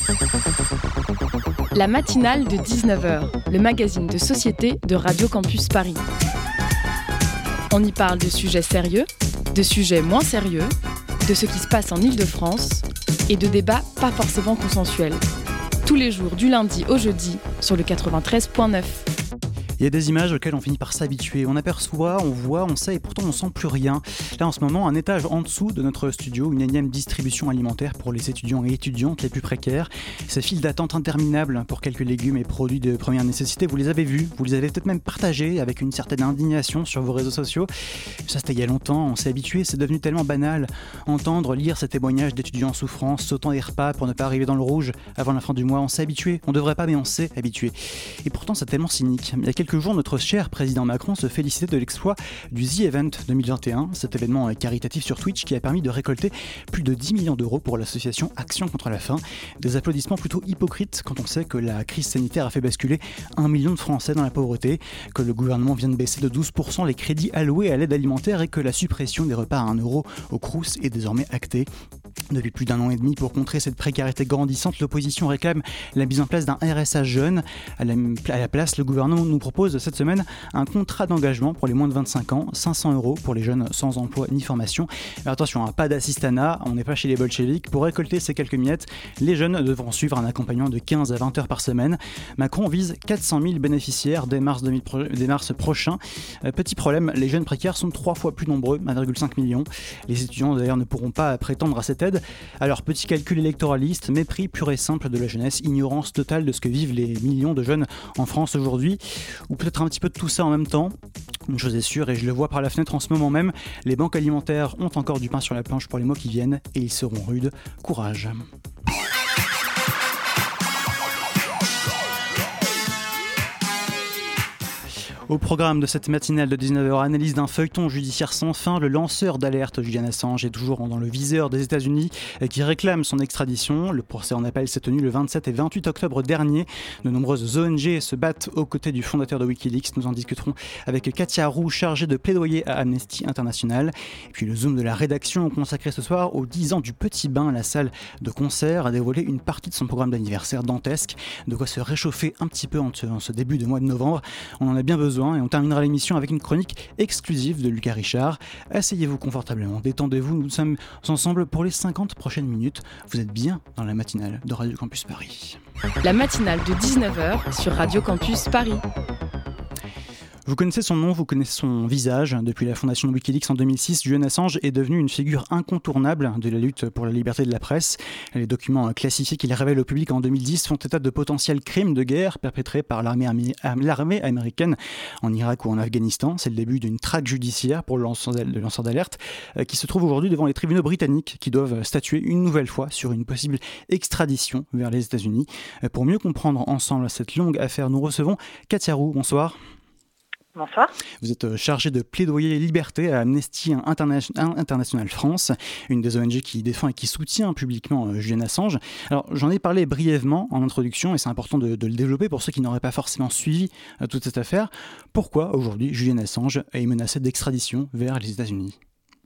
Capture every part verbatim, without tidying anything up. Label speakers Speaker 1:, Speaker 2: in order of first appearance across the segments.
Speaker 1: La matinale de dix-neuf heures, le magazine de société de Radio Campus Paris. On y parle de sujets sérieux, de sujets moins sérieux, de ce qui se passe en Île-de-France et de débats pas forcément consensuels. Tous les jours du lundi au jeudi sur le quatre-vingt-treize virgule neuf.
Speaker 2: Il y a des images auxquelles on finit par s'habituer. On aperçoit, on voit, on sait et pourtant on sent plus rien. Là en ce moment, un étage en dessous de notre studio, une énième distribution alimentaire pour les étudiants et étudiantes les plus précaires. Ces files d'attente interminables pour quelques légumes et produits de première nécessité, vous les avez vus, vous les avez peut-être même partagés avec une certaine indignation sur vos réseaux sociaux. Ça c'était il y a longtemps, on s'est habitué, c'est devenu tellement banal. Entendre, lire ces témoignages d'étudiants en souffrance, sautant des repas pour ne pas arriver dans le rouge avant la fin du mois, on s'est habitué. On devrait pas mais on s'est habitué. Et pourtant c'est tellement cynique. Il y a quelques jours, notre cher président Macron se félicitait de l'exploit du The Event deux mille vingt et un, cet événement caritatif sur Twitch qui a permis de récolter plus de dix millions d'euros pour l'association Action contre la faim. Des applaudissements plutôt hypocrites quand on sait que la crise sanitaire a fait basculer un million de Français dans la pauvreté, que le gouvernement vient de baisser de douze pour cent les crédits alloués à l'aide alimentaire et que la suppression des repas à un euro au Crous est désormais actée. Depuis plus d'un an et demi, pour contrer cette précarité grandissante, l'opposition réclame la mise en place d'un R S A jeune. À la, à la place, le gouvernement nous propose cette semaine un contrat d'engagement pour les moins de vingt-cinq ans, cinq cents euros pour les jeunes sans emploi ni formation. Mais attention, hein, pas d'assistanat, on n'est pas chez les bolcheviks. Pour récolter ces quelques miettes, les jeunes devront suivre un accompagnement de quinze à vingt heures par semaine. Macron vise quatre cent mille bénéficiaires dès mars, deux mille pro- dès mars prochain. Euh, petit problème, les jeunes précaires sont trois fois plus nombreux, un virgule cinq million. Les étudiants d'ailleurs ne pourront pas prétendre à cette aide. Alors, petit calcul électoraliste, mépris pur et simple de la jeunesse, ignorance totale de ce que vivent les millions de jeunes en France aujourd'hui, ou peut-être un petit peu de tout ça en même temps. Une chose est sûre, et je le vois par la fenêtre en ce moment même, les banques alimentaires ont encore du pain sur la planche pour les mois qui viennent, et ils seront rudes. Courage. Au programme de cette matinale de dix-neuf heures, analyse d'un feuilleton judiciaire sans fin, le lanceur d'alerte Julian Assange est toujours dans le viseur des États-Unis qui réclame son extradition. Le procès en appel s'est tenu le vingt-sept et vingt-huit octobre dernier. De nombreuses O N G se battent aux côtés du fondateur de Wikileaks. Nous en discuterons avec Katia Roux, chargée de plaidoyer à Amnesty International. Et puis le Zoom de la rédaction consacré ce soir aux dix ans du Petit Bain, la salle de concert a dévoilé une partie de son programme d'anniversaire dantesque. De quoi se réchauffer un petit peu en ce, en ce début de mois de novembre. On en a bien besoin. Et on terminera l'émission avec une chronique exclusive de Lucas Richard. Asseyez-vous confortablement, détendez-vous, nous sommes ensemble pour les cinquante prochaines minutes. Vous êtes bien dans la matinale de Radio Campus Paris.
Speaker 1: La matinale de dix-neuf heures sur Radio Campus Paris.
Speaker 2: Vous connaissez son nom, vous connaissez son visage. Depuis la fondation de Wikileaks en deux mille six, Julian Assange est devenu une figure incontournable de la lutte pour la liberté de la presse. Les documents classifiés qu'il révèle au public en deux mille dix font état de potentiels crimes de guerre perpétrés par l'armée, amé- l'armée américaine en Irak ou en Afghanistan. C'est le début d'une traque judiciaire pour le lanceur d'alerte euh, qui se trouve aujourd'hui devant les tribunaux britanniques qui doivent statuer une nouvelle fois sur une possible extradition vers les États-Unis. Euh, pour mieux comprendre ensemble cette longue affaire, nous recevons Katia Roux. Bonsoir.
Speaker 3: Bonsoir.
Speaker 2: Vous êtes chargée de plaidoyer liberté à Amnesty International France, une des O N G qui défend et qui soutient publiquement Julian Assange. Alors, j'en ai parlé brièvement en introduction et c'est important de, de le développer pour ceux qui n'auraient pas forcément suivi toute cette affaire. Pourquoi aujourd'hui Julian Assange est menacé d'extradition vers les États-Unis ?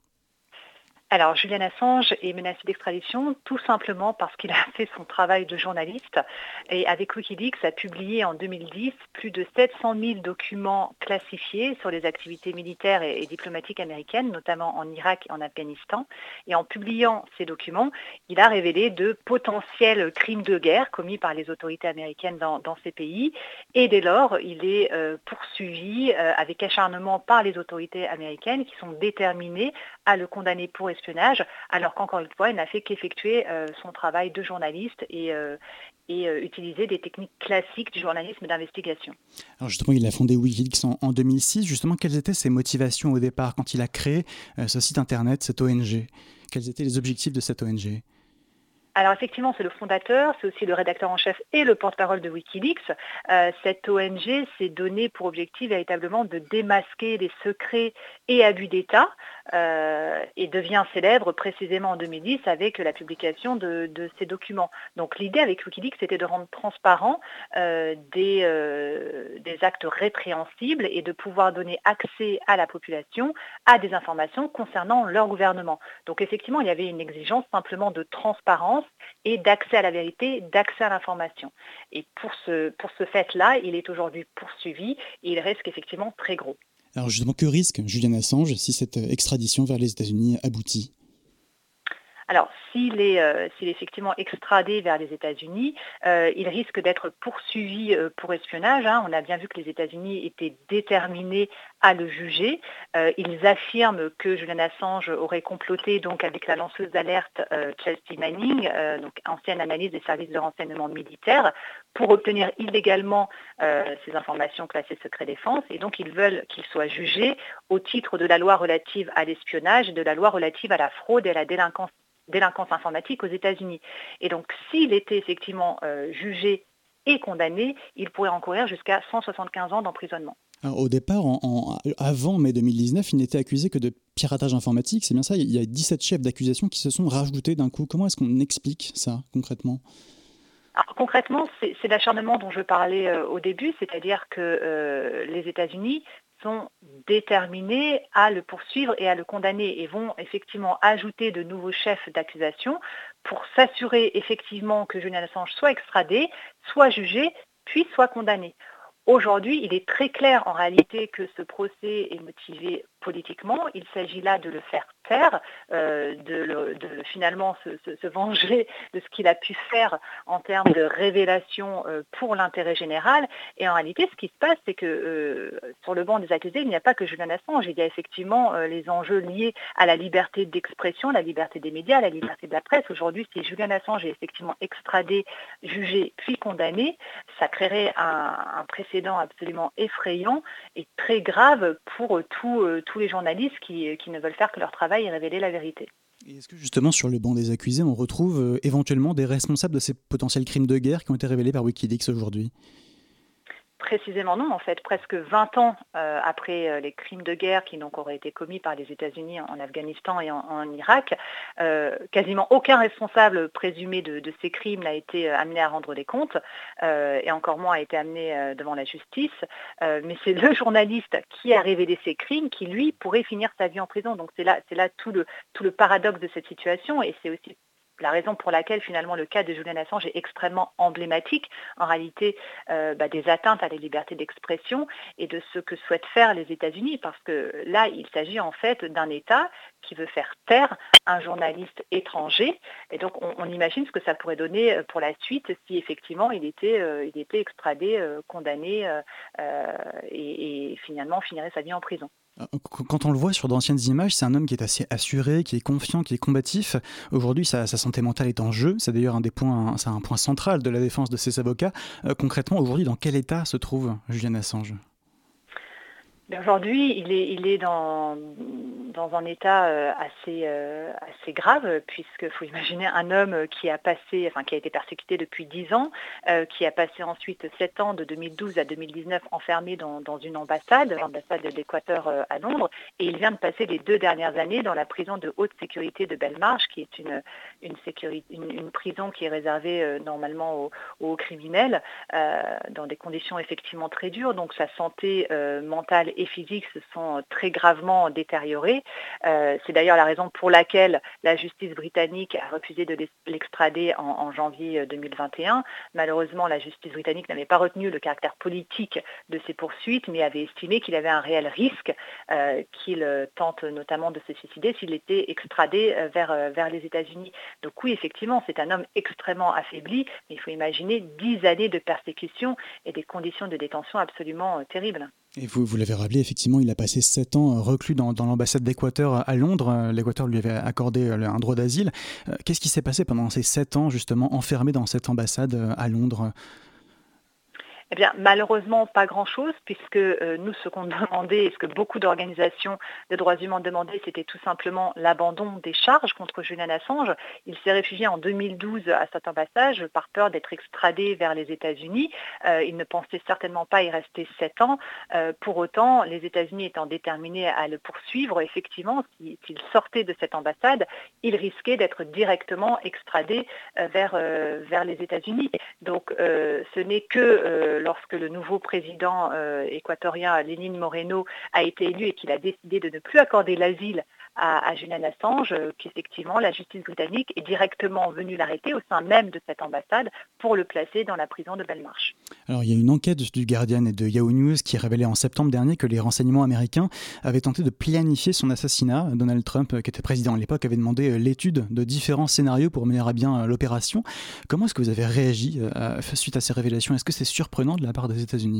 Speaker 3: Alors, Julian Assange est menacé d'extradition tout simplement parce qu'il a fait son travail de journaliste et avec Wikileaks a publié en deux mille dix plus de sept cent mille documents classifiés sur les activités militaires et, et diplomatiques américaines, notamment en Irak et en Afghanistan. Et en publiant ces documents, il a révélé de potentiels crimes de guerre commis par les autorités américaines dans, dans ces pays. Et dès lors, il est euh, poursuivi euh, avec acharnement par les autorités américaines qui sont déterminées à le condamner pour espionnage, alors qu'encore une fois, il n'a fait qu'effectuer euh, son travail de journaliste et, euh, et euh, utiliser des techniques classiques du journalisme d'investigation.
Speaker 2: Alors justement, il a fondé Wikileaks en, en deux mille six. Justement, quelles étaient ses motivations au départ quand il a créé euh, ce site internet, cette O N G ? Quels étaient les objectifs de cette O N G ?
Speaker 3: Alors effectivement, c'est le fondateur, c'est aussi le rédacteur en chef et le porte-parole de Wikileaks. Euh, cette O N G s'est donné pour objectif véritablement de démasquer les secrets et abus d'État euh, et devient célèbre précisément en deux mille dix avec la publication de, de ces documents. Donc l'idée avec Wikileaks, c'était de rendre transparent euh, des, euh, des actes répréhensibles et de pouvoir donner accès à la population à des informations concernant leur gouvernement. Donc effectivement, il y avait une exigence simplement de transparence et d'accès à la vérité, d'accès à l'information. Et pour ce, pour ce fait-là, il est aujourd'hui poursuivi et il reste effectivement très gros.
Speaker 2: Alors justement, que risque Julian Assange si cette extradition vers les États-Unis aboutit ?
Speaker 3: Alors, s'il est, euh, s'il est effectivement extradé vers les États-Unis, euh, il risque d'être poursuivi euh, pour espionnage. Hein. On a bien vu que les États-Unis étaient déterminés à le juger. Euh, ils affirment que Julian Assange aurait comploté donc avec la lanceuse d'alerte euh, Chelsea Manning, euh, donc ancienne analyste des services de renseignement militaire, pour obtenir illégalement euh, ces informations classées secret défense. Et donc, ils veulent qu'il soit jugé au titre de la loi relative à l'espionnage et de la loi relative à la fraude et à la délinquance délinquance informatique aux États-Unis. Et donc, s'il était effectivement euh, jugé et condamné, il pourrait encourir jusqu'à cent soixante-quinze ans d'emprisonnement.
Speaker 2: Alors, au départ, en, en, avant mai deux mille dix-neuf, il n'était accusé que de piratage informatique. C'est bien ça, il y a dix-sept chefs d'accusation qui se sont rajoutés d'un coup. Comment est-ce qu'on explique ça concrètement ?
Speaker 3: Alors, concrètement, c'est, c'est l'acharnement dont je parlais euh, au début, c'est-à-dire que euh, les États-Unis sont déterminés à le poursuivre et à le condamner et vont effectivement ajouter de nouveaux chefs d'accusation pour s'assurer effectivement que Julian Assange soit extradé, soit jugé, puis soit condamné. Aujourd'hui, il est très clair en réalité que ce procès est motivé politiquement. Il s'agit là de le faire taire, euh, de, le, de finalement se, se, se venger de ce qu'il a pu faire en termes de révélation euh, pour l'intérêt général. Et en réalité, ce qui se passe, c'est que euh, sur le banc des accusés, il n'y a pas que Julian Assange. Il y a effectivement euh, les enjeux liés à la liberté d'expression, la liberté des médias, la liberté de la presse. Aujourd'hui, si Julian Assange est effectivement extradé, jugé, puis condamné, ça créerait un, un précédent absolument effrayant et très grave pour euh, tout, euh, tous les journalistes qui, qui ne veulent faire que leur travail et révéler la vérité.
Speaker 2: Et est-ce que justement sur le banc des accusés, on retrouve euh, éventuellement des responsables de ces potentiels crimes de guerre qui ont été révélés par Wikileaks aujourd'hui ?
Speaker 3: Précisément non, en fait, presque vingt ans euh, après euh, les crimes de guerre qui donc auraient été commis par les États-Unis en, en Afghanistan et en, en Irak, euh, quasiment aucun responsable présumé de, de ces crimes n'a été amené à rendre des comptes euh, et encore moins a été amené euh, devant la justice. Euh, mais c'est le journaliste qui a révélé ces crimes qui, lui, pourrait finir sa vie en prison. Donc c'est là, c'est là tout le, tout le paradoxe de cette situation et c'est aussi la raison pour laquelle finalement le cas de Julian Assange est extrêmement emblématique en réalité euh, bah, des atteintes à la liberté d'expression et de ce que souhaitent faire les États-Unis parce que là il s'agit en fait d'un État qui veut faire taire un journaliste étranger et donc on, on imagine ce que ça pourrait donner pour la suite si effectivement il était, euh, il était extradé, euh, condamné euh, euh, et, et finalement finirait sa vie en prison.
Speaker 2: Quand on le voit sur d'anciennes images, c'est un homme qui est assez assuré, qui est confiant, qui est combatif. Aujourd'hui, sa, sa santé mentale est en jeu. C'est d'ailleurs un des points, c'est un point central de la défense de ses avocats. Euh, concrètement, aujourd'hui, dans quel état se trouve Julian Assange ?
Speaker 3: Aujourd'hui, il est, il est dans, dans un état euh, assez, euh, assez grave, puisqu'il faut imaginer un homme qui a passé, enfin qui a été persécuté depuis dix ans, euh, qui a passé ensuite sept ans, de deux mille douze à deux mille dix-neuf, enfermé dans, dans une ambassade, l'ambassade d'Équateur euh, à Londres, et il vient de passer les deux dernières années dans la prison de haute sécurité de Belmarsh, qui est une, une, sécurité, une, une prison qui est réservée euh, normalement aux, aux criminels, euh, dans des conditions effectivement très dures, donc sa santé euh, mentale et physiques se sont très gravement détériorées. Euh, c'est d'ailleurs la raison pour laquelle la justice britannique a refusé de l'extrader en, en janvier deux mille vingt et un. Malheureusement, la justice britannique n'avait pas retenu le caractère politique de ces poursuites, mais avait estimé qu'il avait un réel risque euh, qu'il tente notamment de se suicider s'il était extradé vers, vers les États-Unis. Donc oui, effectivement, c'est un homme extrêmement affaibli, mais il faut imaginer dix années de persécution et des conditions de détention absolument euh, terribles.
Speaker 2: Et vous, vous l'avez rappelé, effectivement, il a passé sept ans reclus dans, dans l'ambassade d'Équateur à Londres. L'Équateur lui avait accordé un droit d'asile. Qu'est-ce qui s'est passé pendant ces sept ans, justement, enfermé dans cette ambassade à Londres ?
Speaker 3: Eh bien, malheureusement, pas grand-chose, puisque euh, nous, ce qu'on demandait, et ce que beaucoup d'organisations de droits humains demandaient, c'était tout simplement l'abandon des charges contre Julian Assange. Il s'est réfugié en deux mille douze à cet ambassade par peur d'être extradé vers les États-Unis. Euh, il ne pensait certainement pas y rester sept ans. Euh, pour autant, les États-Unis étant déterminés à le poursuivre, effectivement, s'il sortait de cette ambassade, il risquait d'être directement extradé euh, vers, euh, vers les États-Unis. Donc, euh, ce n'est que euh, lorsque le nouveau président euh, équatorien, Lénine Moreno, a été élu et qu'il a décidé de ne plus accorder l'asile à, à Julian Assange, euh, qu'effectivement la justice britannique est directement venue l'arrêter au sein même de cette ambassade pour le placer dans la prison de Belmarsh.
Speaker 2: Alors, il y a une enquête du Guardian et de Yahoo News qui révélait en septembre dernier que les renseignements américains avaient tenté de planifier son assassinat. Donald Trump, qui était président à l'époque, avait demandé l'étude de différents scénarios pour mener à bien l'opération. Comment est-ce que vous avez réagi euh, suite à ces révélations ? Est-ce que c'est surprenant de la part des États-Unis ?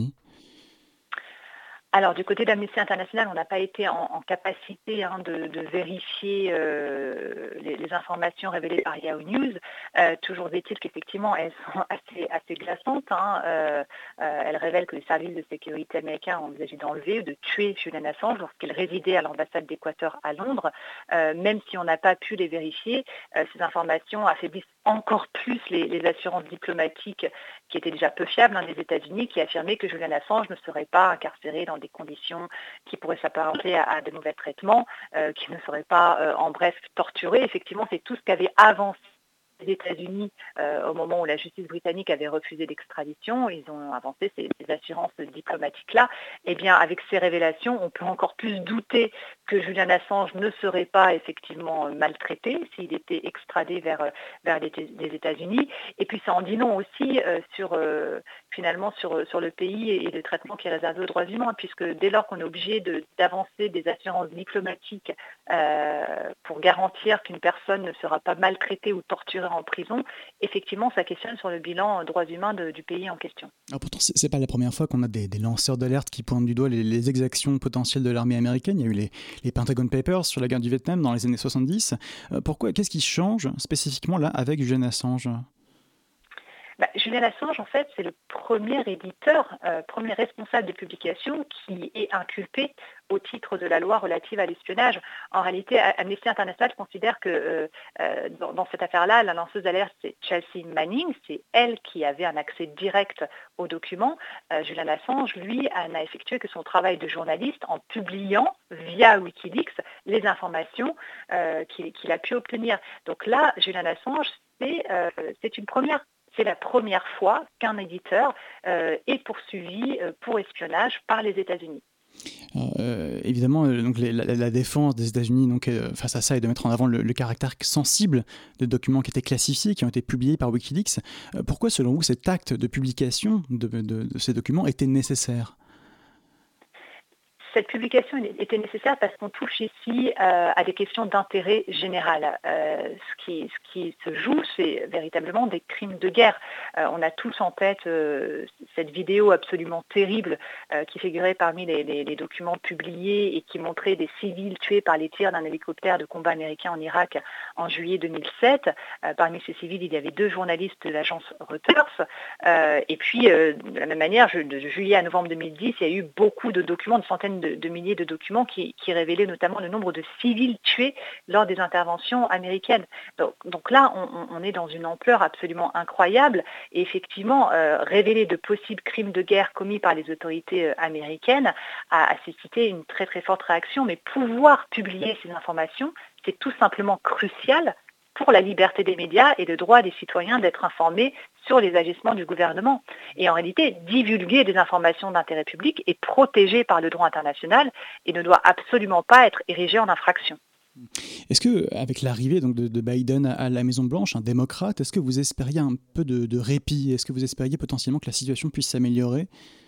Speaker 3: Alors, du côté d'Amnesty International, on n'a pas été en, en capacité hein, de, de vérifier euh, les, les informations révélées par Yahoo News. Euh, toujours est-il qu'effectivement, elles sont assez, assez glaçantes. Hein. Euh, euh, elles révèlent que les services de sécurité américains ont envisagé d'enlever ou de tuer Julian Assange lorsqu'il résidait à l'ambassade d'Équateur à Londres. Euh, même si on n'a pas pu les vérifier, euh, ces informations affaiblissent encore plus les, les assurances diplomatiques qui étaient déjà peu fiables hein, des États-Unis, qui affirmaient que Julian Assange ne serait pas incarcéré dans des conditions qui pourraient s'apparenter à, à de mauvais traitements, euh, qui ne serait pas, euh, en bref, torturé. Effectivement, c'est tout ce qu'avait avancé les États-Unis euh, au moment où la justice britannique avait refusé l'extradition. Ils ont avancé ces, ces assurances diplomatiques-là. Eh bien, avec ces révélations, on peut encore plus douter que Julian Assange ne serait pas effectivement maltraité s'il était extradé vers, vers les, les États-Unis. Et puis, ça en dit long aussi euh, sur, euh, finalement, sur, sur le pays et le traitement qui est réservé aux droits humains, puisque dès lors qu'on est obligé de, d'avancer des assurances diplomatiques euh, pour garantir qu'une personne ne sera pas maltraitée ou torturée en prison, effectivement, ça questionne sur le bilan droits humains de, du pays en question.
Speaker 2: Alors pourtant, c'est, c'est pas la première fois qu'on a des, des lanceurs d'alerte qui pointent du doigt les, les exactions potentielles de l'armée américaine. Il y a eu les, les Pentagon Papers sur la guerre du Vietnam dans les années soixante-dix. Euh, pourquoi, qu'est-ce qui change spécifiquement là avec Julian Assange ?
Speaker 3: Bah, Julian Assange, en fait, c'est le premier éditeur, euh, premier responsable de publication qui est inculpé au titre de la loi relative à l'espionnage. En réalité, Amnesty International considère que euh, dans, dans cette affaire-là, la lanceuse d'alerte, c'est Chelsea Manning, c'est elle qui avait un accès direct aux documents. Euh, Julian Assange, lui, n'a effectué que son travail de journaliste en publiant via Wikileaks les informations euh, qu'il, qu'il a pu obtenir. Donc là, Julian Assange, c'est, euh, c'est une première. C'est la première fois qu'un éditeur euh, est poursuivi euh, pour espionnage par les États-Unis.
Speaker 2: Euh, évidemment, euh, donc les, la, la défense des États-Unis donc, euh, face à ça est de mettre en avant le, le caractère sensible des documents qui étaient classifiés, qui ont été publiés par Wikileaks. Euh, pourquoi, selon vous, cet acte de publication de, de, de ces documents était nécessaire ?
Speaker 3: Cette publication était nécessaire parce qu'on touche ici euh, à des questions d'intérêt général. Euh, ce, qui, ce qui se joue, c'est véritablement des crimes de guerre. Euh, on a tous en tête euh, cette vidéo absolument terrible euh, qui figurait parmi les, les, les documents publiés et qui montrait des civils tués par les tirs d'un hélicoptère de combat américain en Irak en juillet deux mille sept. Euh, parmi ces civils, il y avait deux journalistes de l'agence Reuters. Euh, et puis, euh, de la même manière, de juillet à novembre deux mille dix, il y a eu beaucoup de documents, de centaines De, de milliers de documents qui, qui révélaient notamment le nombre de civils tués lors des interventions américaines. Donc, donc là, on, on est dans une ampleur absolument incroyable et effectivement, euh, révéler de possibles crimes de guerre commis par les autorités euh, américaines a, a suscité une très très forte réaction, mais pouvoir publier ces informations, c'est tout simplement crucial pour la liberté des médias et le droit des citoyens d'être informés sur les agissements du gouvernement. Et en réalité, divulguer des informations d'intérêt public est protégé par le droit international et ne doit absolument pas être érigé en infraction.
Speaker 2: Est-ce que, avec l'arrivée donc, de, de Biden à la Maison-Blanche, un démocrate, est-ce que vous espériez un peu de, de répit ? Est-ce que vous espériez potentiellement que la situation puisse s'améliorer ?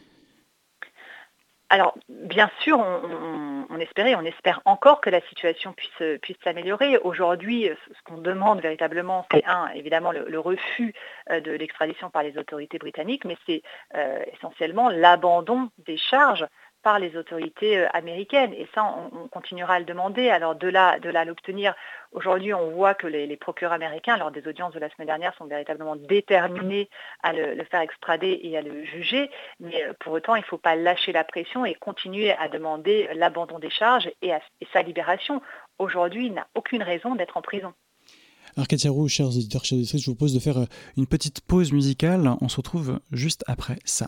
Speaker 3: Alors, bien sûr, on, on, on espérait, on espère encore que la situation puisse, puisse s'améliorer. Aujourd'hui, ce qu'on demande véritablement, c'est un, évidemment, le, le refus de l'extradition par les autorités britanniques, mais c'est euh, essentiellement l'abandon des charges par les autorités euh, américaines. Et ça, on, on continuera à le demander. Alors de là, de là à l'obtenir, aujourd'hui, on voit que les, les procureurs américains, lors des audiences de la semaine dernière, sont véritablement déterminés à le, le faire extrader et à le juger. Mais euh, pour autant, il ne faut pas lâcher la pression et continuer à demander l'abandon des charges et, à, et sa libération. Aujourd'hui, il n'a aucune raison d'être en prison.
Speaker 2: Alors Katia Roux, chers auditeurs, chers auditrices, je vous propose de faire une petite pause musicale. On se retrouve juste après ça.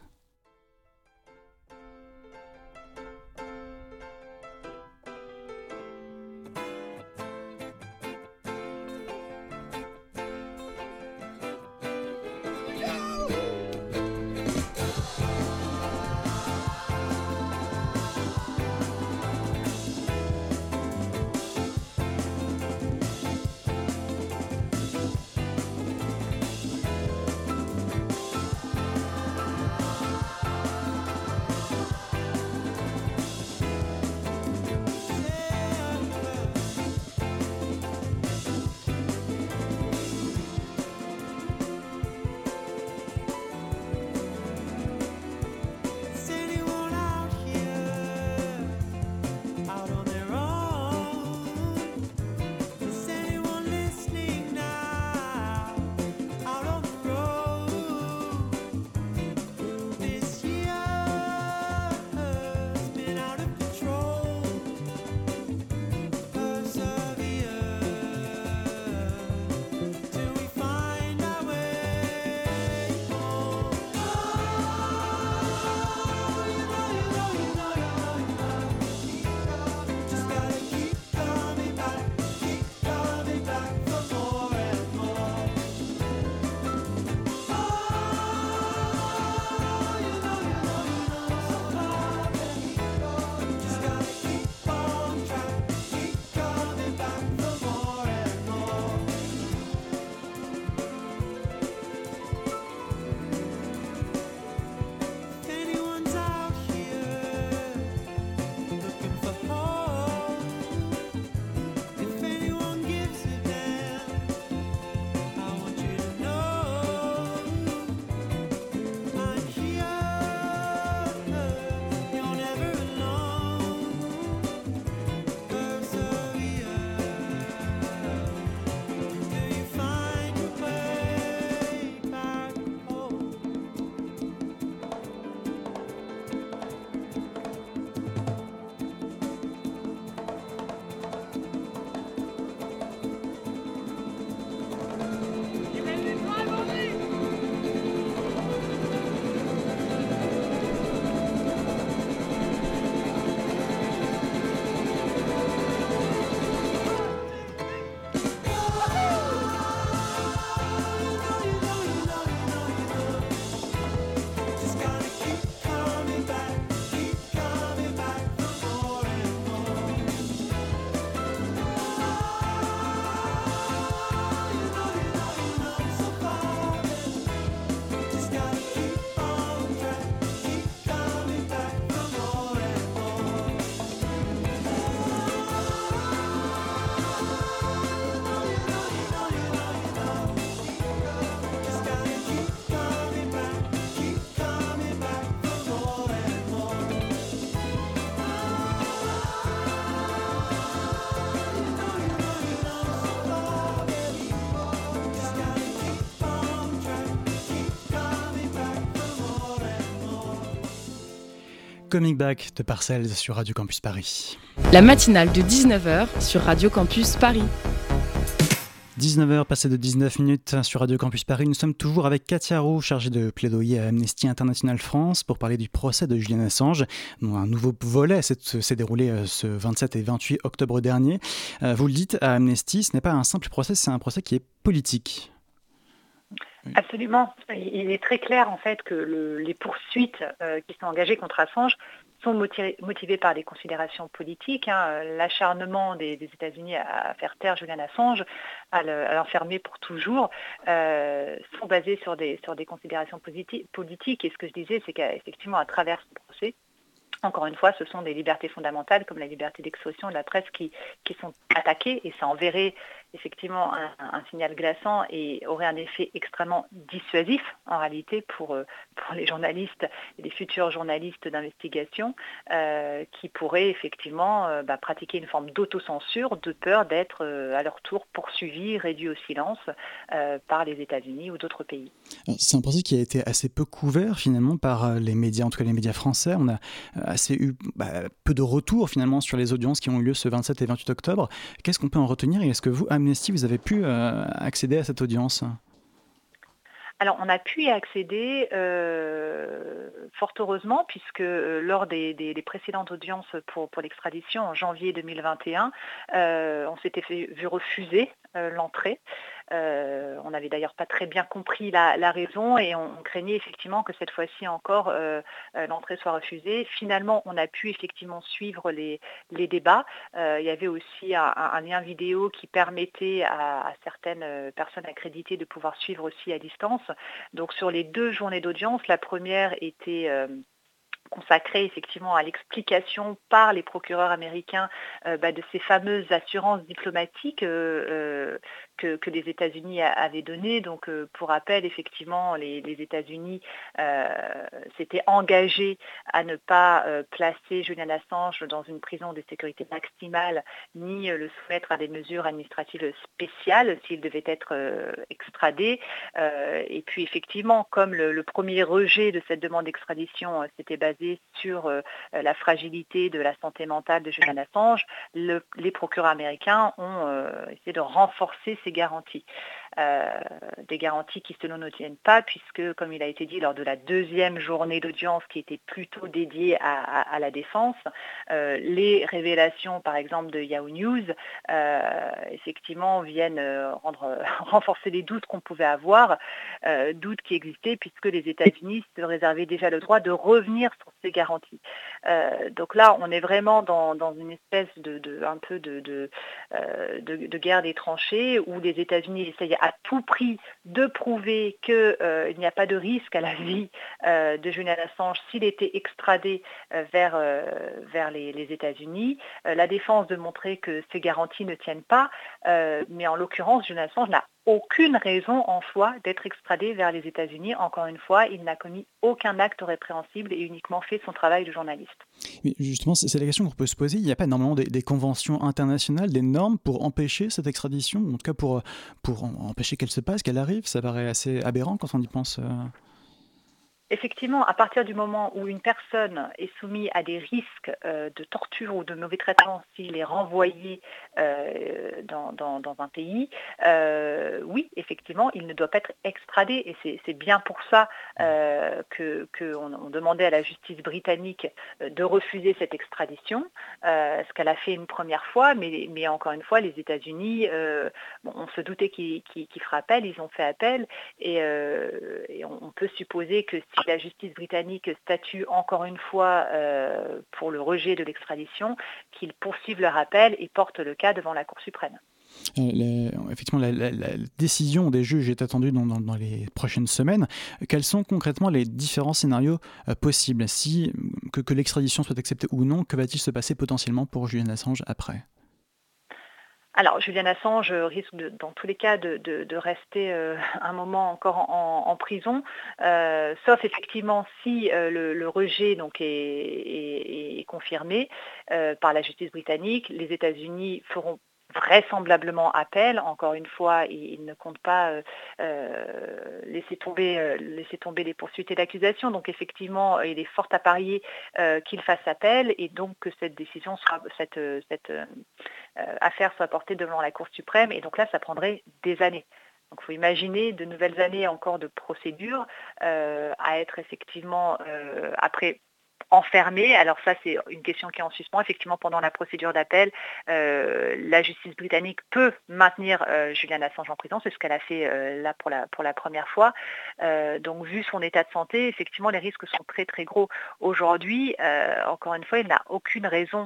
Speaker 2: Coming Back de Parcells sur Radio Campus Paris.
Speaker 1: La matinale de dix-neuf heures sur Radio Campus Paris.
Speaker 2: dix-neuf heures passées de dix-neuf minutes sur Radio Campus Paris. Nous sommes toujours avec Katia Roux, chargée de plaidoyer à Amnesty International France pour parler du procès de Julian Assange, dont un nouveau volet s'est déroulé ce vingt-sept et vingt-huit octobre dernier. Vous le dites à Amnesty, ce n'est pas un simple procès, c'est un procès qui est politique.
Speaker 3: Absolument. Il est très clair en fait que le, les poursuites euh, qui sont engagées contre Assange sont motivées, motivées par des considérations politiques. Hein. L'acharnement des, des États-Unis à faire taire Julian Assange, à l'enfermer pour toujours, euh, sont basés sur des, sur des considérations politi- politiques. Et ce que je disais, c'est qu'effectivement, à travers ce procès, encore une fois, ce sont des libertés fondamentales comme la liberté d'expression de la presse qui, qui sont attaquées et ça enverrait effectivement un, un signal glaçant et aurait un effet extrêmement dissuasif en réalité pour, pour les journalistes et les futurs journalistes d'investigation euh, qui pourraient effectivement euh, bah, pratiquer une forme d'autocensure de peur d'être euh, à leur tour poursuivis, réduits au silence euh, par les États-Unis ou d'autres pays.
Speaker 2: C'est un procès qui a été assez peu couvert finalement par les médias, en tout cas les médias français. On a assez eu bah, peu de retours finalement sur les audiences qui ont eu lieu ce vingt-sept et vingt-huit octobre. Qu'est-ce qu'on peut en retenir et est-ce que vous, Amnesty, vous avez pu euh, accéder à cette audience ?
Speaker 3: Alors, on a pu y accéder euh, fort heureusement, puisque euh, lors des, des, des précédentes audiences pour, pour l'extradition en janvier deux mille vingt et un, euh, on s'était fait, vu refuser euh, l'entrée. Euh, on n'avait d'ailleurs pas très bien compris la, la raison et on, on craignait effectivement que cette fois-ci encore euh, euh, l'entrée soit refusée. Finalement, on a pu effectivement suivre les, les débats. Euh, il y avait aussi un, un lien vidéo qui permettait à, à certaines personnes accréditées de pouvoir suivre aussi à distance. Donc sur les deux journées d'audience, la première était euh, consacrée effectivement à l'explication par les procureurs américains euh, bah, de ces fameuses assurances diplomatiques euh, euh, que, que les États-Unis a, avaient données. Donc euh, pour rappel, effectivement, les, les États-Unis euh, s'étaient engagés à ne pas euh, placer Julian Assange dans une prison de sécurité maximale ni euh, le soumettre à des mesures administratives spéciales s'il devait être euh, extradé. Euh, et puis effectivement, comme le, le premier rejet de cette demande d'extradition euh, s'était basé sur euh, la fragilité de la santé mentale de Julian Assange, le, les procureurs américains ont euh, essayé de renforcer ces garanties. Euh, des garanties qui selon ne tiennent pas, puisque, comme il a été dit lors de la deuxième journée d'audience qui était plutôt dédiée à, à, à la défense, euh, les révélations, par exemple, de Yahoo News, euh, effectivement, viennent euh, rendre, renforcer les doutes qu'on pouvait avoir, euh, doutes qui existaient, puisque les États-Unis se réservaient déjà le droit de revenir sur ces garanties. Euh, donc là, on est vraiment dans, dans une espèce de, de un peu de, de, euh, de, de guerre des tranchées où les États-Unis essayent à tout prix de prouver qu'il euh, n'y a pas de risque à la vie euh, de Julian Assange s'il était extradé euh, vers, euh, vers les, les États-Unis. Euh, la défense de montrer que ces garanties ne tiennent pas, euh, mais en l'occurrence, Julian Assange n'a aucune raison en soi d'être extradé vers les États-Unis. Encore une fois, il n'a commis aucun acte répréhensible et uniquement fait son travail de journaliste.
Speaker 2: Mais justement, c'est la question qu'on peut se poser. Il n'y a pas normalement des, des conventions internationales, des normes pour empêcher cette extradition, en tout cas pour, pour empêcher qu'elle se passe, qu'elle arrive. Ça paraît assez aberrant quand on y pense. Euh...
Speaker 3: Effectivement, à partir du moment où une personne est soumise à des risques euh, de torture ou de mauvais traitement s'il est renvoyé euh, dans, dans, dans un pays, euh, oui, effectivement, il ne doit pas être extradé. Et c'est bien pour ça euh, qu'on que on demandait à la justice britannique de refuser cette extradition, euh, ce qu'elle a fait une première fois, mais, mais encore une fois, les États-Unis, euh, bon, on se doutait qu'ils qu'ils, qu'ils feraient appel, ils ont fait appel, et, euh, et on, on peut supposer que si la justice britannique statue encore une fois euh, pour le rejet de l'extradition, qu'ils poursuivent leur appel et portent le cas devant la Cour suprême.
Speaker 2: Euh, les, effectivement, la, la, la décision des juges est attendue dans, dans, dans les prochaines semaines. Quels sont concrètement les différents scénarios euh, possibles si, que, que l'extradition soit acceptée ou non, que va-t-il se passer potentiellement pour Julian Assange après ?
Speaker 3: Alors, Julian Assange risque de, dans tous les cas de, de, de rester euh, un moment encore en, en prison, euh, sauf effectivement si euh, le, le rejet donc, est, est, est confirmé euh, par la justice britannique. Les États-Unis feront vraisemblablement appel. Encore une fois, il ne compte pas euh, euh, laisser tomber, euh, laisser tomber les poursuites et l'accusations. Donc effectivement, il est fort à parier euh, qu'il fasse appel et donc que cette décision soit, cette, cette euh, affaire soit portée devant la Cour suprême. Et donc là, ça prendrait des années. Donc il faut imaginer de nouvelles années encore de procédure euh, à être effectivement euh, après enfermé. Alors ça, c'est une question qui est en suspens. Effectivement, pendant la procédure d'appel, euh, la justice britannique peut maintenir euh, Julian Assange en prison. C'est ce qu'elle a fait euh, là pour la, pour la première fois. Euh, donc, vu son état de santé, effectivement, les risques sont très, très gros. Aujourd'hui, euh, encore une fois, il n'a aucune raison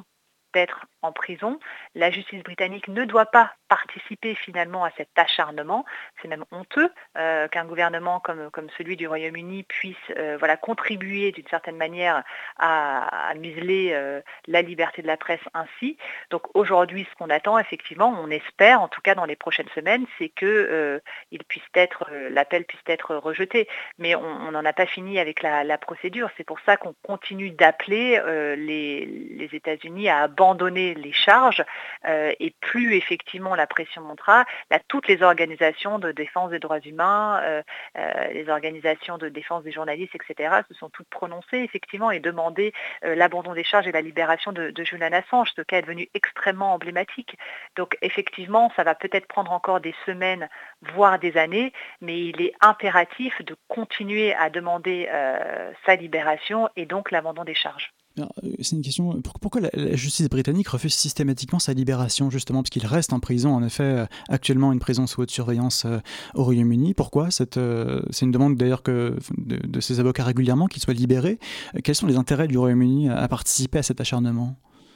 Speaker 3: être en prison. La justice britannique ne doit pas participer finalement à cet acharnement. C'est même honteux euh, qu'un gouvernement comme, comme celui du Royaume-Uni puisse euh, voilà, contribuer d'une certaine manière à, à museler euh, la liberté de la presse ainsi. Donc aujourd'hui, ce qu'on attend, effectivement, on espère, en tout cas dans les prochaines semaines, c'est que euh, il puisse être, euh, l'appel puisse être rejeté. Mais on n'en a pas fini avec la, la procédure. C'est pour ça qu'on continue d'appeler euh, les, les États-Unis à abandonner les charges euh, et plus effectivement la pression montera, là, toutes les organisations de défense des droits humains, euh, euh, les organisations de défense des journalistes, et cetera, se sont toutes prononcées effectivement et demandé euh, l'abandon des charges et la libération de, de Julian Assange. Ce cas est devenu extrêmement emblématique. Donc effectivement, ça va peut-être prendre encore des semaines, voire des années, mais il est impératif de continuer à demander euh, sa libération et donc l'abandon des charges.
Speaker 2: Alors, c'est une question. Pourquoi la, la justice britannique refuse systématiquement sa libération, justement, parce qu'il reste en prison, en effet, actuellement une prison sous haute surveillance euh, au Royaume-Uni. Pourquoi cette, euh, c'est une demande d'ailleurs que, de, de ses avocats régulièrement qu'il soit libéré. Quels sont les intérêts du Royaume-Uni à participer à cet acharnement ?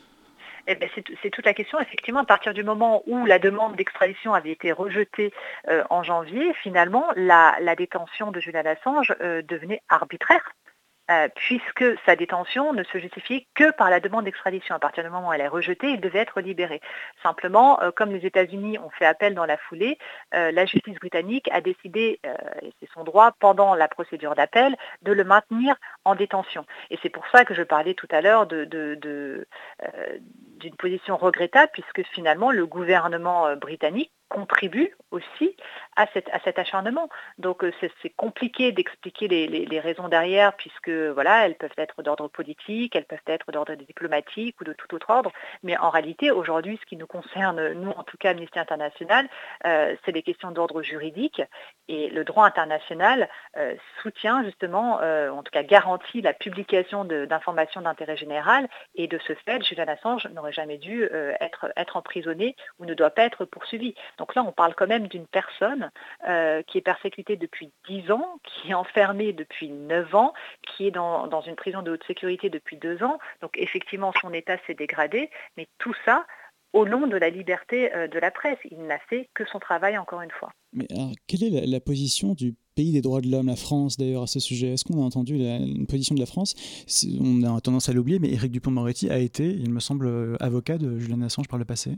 Speaker 3: Eh bien, c'est, c'est toute la question. Effectivement, à partir du moment où la demande d'extradition avait été rejetée euh, en janvier, finalement, la, la détention de Julian Assange euh, devenait arbitraire. Euh, puisque sa détention ne se justifiait que par la demande d'extradition. À partir du moment où elle est rejetée, il devait être libéré. Simplement, euh, comme les États-Unis ont fait appel dans la foulée, euh, la justice britannique a décidé, euh, et c'est son droit, pendant la procédure d'appel, de le maintenir en détention. Et c'est pour ça que je parlais tout à l'heure de, de, de, euh, d'une position regrettable, puisque finalement le gouvernement euh, britannique contribue aussi à, cette, à cet acharnement. Donc c'est, c'est compliqué d'expliquer les, les, les raisons derrière, puisque voilà, elles peuvent être d'ordre politique, elles peuvent être d'ordre diplomatique ou de tout autre ordre, mais en réalité, aujourd'hui, ce qui nous concerne, nous en tout cas, Amnesty International, euh, c'est des questions d'ordre juridique, et le droit international euh, soutient justement, euh, en tout cas garantit la publication de, d'informations d'intérêt général, et de ce fait, Julian Assange n'aurait jamais dû euh, être, être emprisonné ou ne doit pas être poursuivi. Donc là, on parle quand même d'une personne euh, qui est persécutée depuis dix ans, qui est enfermée depuis neuf ans, qui est dans, dans une prison de haute sécurité depuis deux ans. Donc effectivement, son état s'est dégradé, mais tout ça au nom de la liberté euh, de la presse. Il n'a fait que son travail, encore une fois.
Speaker 2: Mais alors, quelle est la, la position du pays des droits de l'homme, la France d'ailleurs, à ce sujet ? Est-ce qu'on a entendu la, une position de la France ? C'est, on a tendance à l'oublier, mais Éric Dupond-Moretti a été, il me semble, avocat de Julian Assange par le passé.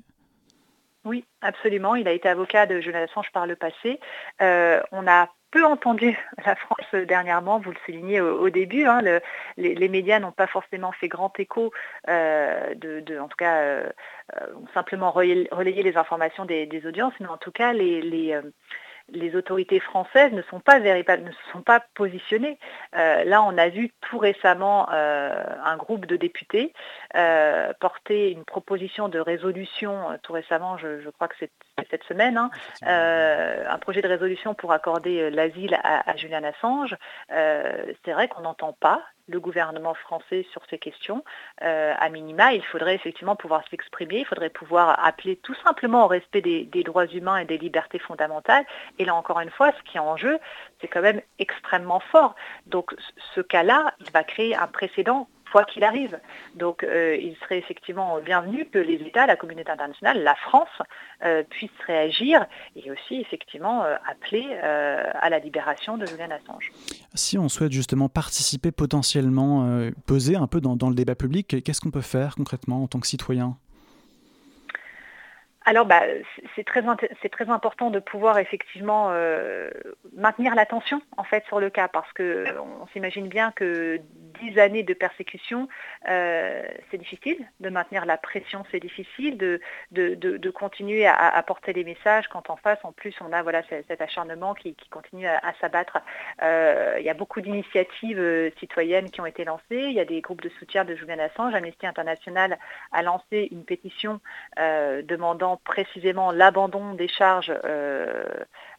Speaker 3: Oui, absolument. Il a été avocat de Julian Assange par le passé. Euh, on a peu entendu la France dernièrement, vous le soulignez au, au début, hein, le, les, les médias n'ont pas forcément fait grand écho, euh, de, de, en tout cas, euh, ont simplement relayé, relayé les informations des, des audiences, mais en tout cas, les... les euh, les autorités françaises ne sont pas véritab- ne se sont pas positionnées. Euh, là, on a vu tout récemment euh, un groupe de députés euh, porter une proposition de résolution, euh, tout récemment, je, je crois que c'est cette semaine, hein, euh, un projet de résolution pour accorder l'asile à, à Julian Assange. Euh, c'est vrai qu'on n'entend pas le gouvernement français sur ces questions. Euh, à minima, il faudrait effectivement pouvoir s'exprimer, il faudrait pouvoir appeler tout simplement au respect des, des droits humains et des libertés fondamentales. Et là, encore une fois, ce qui est en jeu, c'est quand même extrêmement fort. Donc, ce cas-là, il va créer un précédent quoi qu'il arrive. Donc euh, il serait effectivement bienvenu que les États, la communauté internationale, la France, euh, puissent réagir et aussi effectivement euh, appeler euh, à la libération de Julian Assange.
Speaker 2: Si on souhaite justement participer potentiellement, euh, peser un peu dans, dans le débat public, qu'est-ce qu'on peut faire concrètement en tant que citoyen ?
Speaker 3: Alors, bah, c'est très, c'est très important de pouvoir effectivement euh, maintenir l'attention en fait sur le cas, parce que on s'imagine bien que dix années de persécution, euh, c'est difficile de maintenir la pression, c'est difficile de, de, de, de continuer à, à porter les messages quand en face, en plus, on a voilà cet acharnement qui, qui continue à, à s'abattre. Euh, il y a beaucoup d'initiatives euh, citoyennes qui ont été lancées. Il y a des groupes de soutien de Julian Assange. Amnesty International a lancé une pétition euh, demandant précisément l'abandon des charges euh,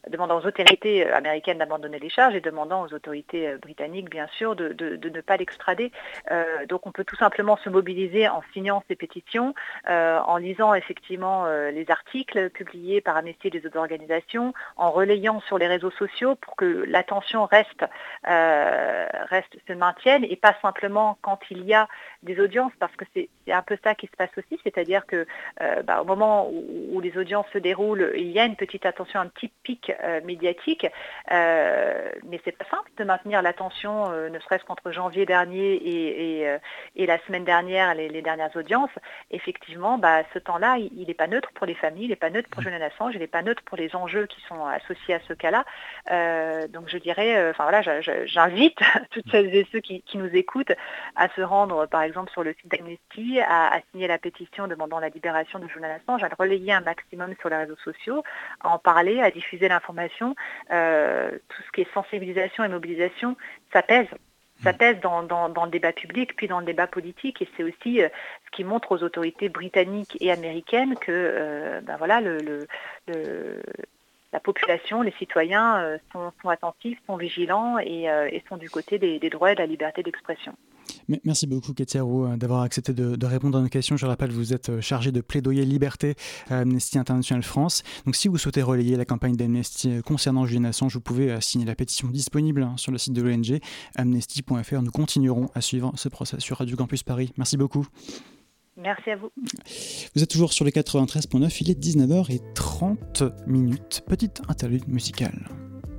Speaker 3: demandant aux autorités américaines d'abandonner les charges et demandant aux autorités britanniques, bien sûr, de, de, de ne pas l'extrader. Euh, donc on peut tout simplement se mobiliser en signant ces pétitions, euh, en lisant effectivement euh, les articles publiés par Amnesty et les autres organisations, en relayant sur les réseaux sociaux pour que l'attention reste, euh, reste se maintienne et pas simplement quand il y a des audiences, parce que c'est, c'est un peu ça qui se passe aussi, c'est-à-dire que euh, bah, au moment où, où les audiences se déroulent, il y a une petite attention, un petit pic euh, médiatique, euh, mais c'est pas simple de maintenir l'attention, euh, ne serait-ce qu'entre janvier dernier et, et, euh, et la semaine dernière, les, les dernières audiences. Effectivement, bah, ce temps-là, il n'est pas neutre pour les familles, il n'est pas neutre pour Julian Assange, il n'est pas neutre pour les enjeux qui sont associés à ce cas-là. Euh, donc je dirais, enfin euh, voilà, je, je, j'invite toutes celles et ceux qui, qui nous écoutent à se rendre, par exemple, sur le site d'Amnesty, à, à signer la pétition demandant la libération de Julian Assange, à le relayer un maximum sur les réseaux sociaux, à en parler, à diffuser l'information. Euh, tout ce qui est sensibilisation et mobilisation, ça pèse. Ça pèse dans, dans, dans le débat public, puis dans le débat politique, et c'est aussi euh, ce qui montre aux autorités britanniques et américaines que euh, ben voilà, le, le, le, la population, les citoyens euh, sont, sont attentifs, sont vigilants et, euh, et sont du côté des, des droits et de la liberté d'expression.
Speaker 2: Merci beaucoup Katia Roux d'avoir accepté de, de répondre à nos questions. Je rappelle, vous êtes chargée de plaidoyer liberté à Amnesty International France. Donc si vous souhaitez relayer la campagne d'Amnesty concernant Julian Assange, vous pouvez signer la pétition disponible sur le site de l'O N G, amnesty point f r. Nous continuerons à suivre ce procès sur Radio Campus Paris. Merci beaucoup.
Speaker 3: Merci à vous.
Speaker 2: Vous êtes toujours sur le quatre-vingt-treize neuf, il est dix-neuf heures trente. Petite interlude musicale.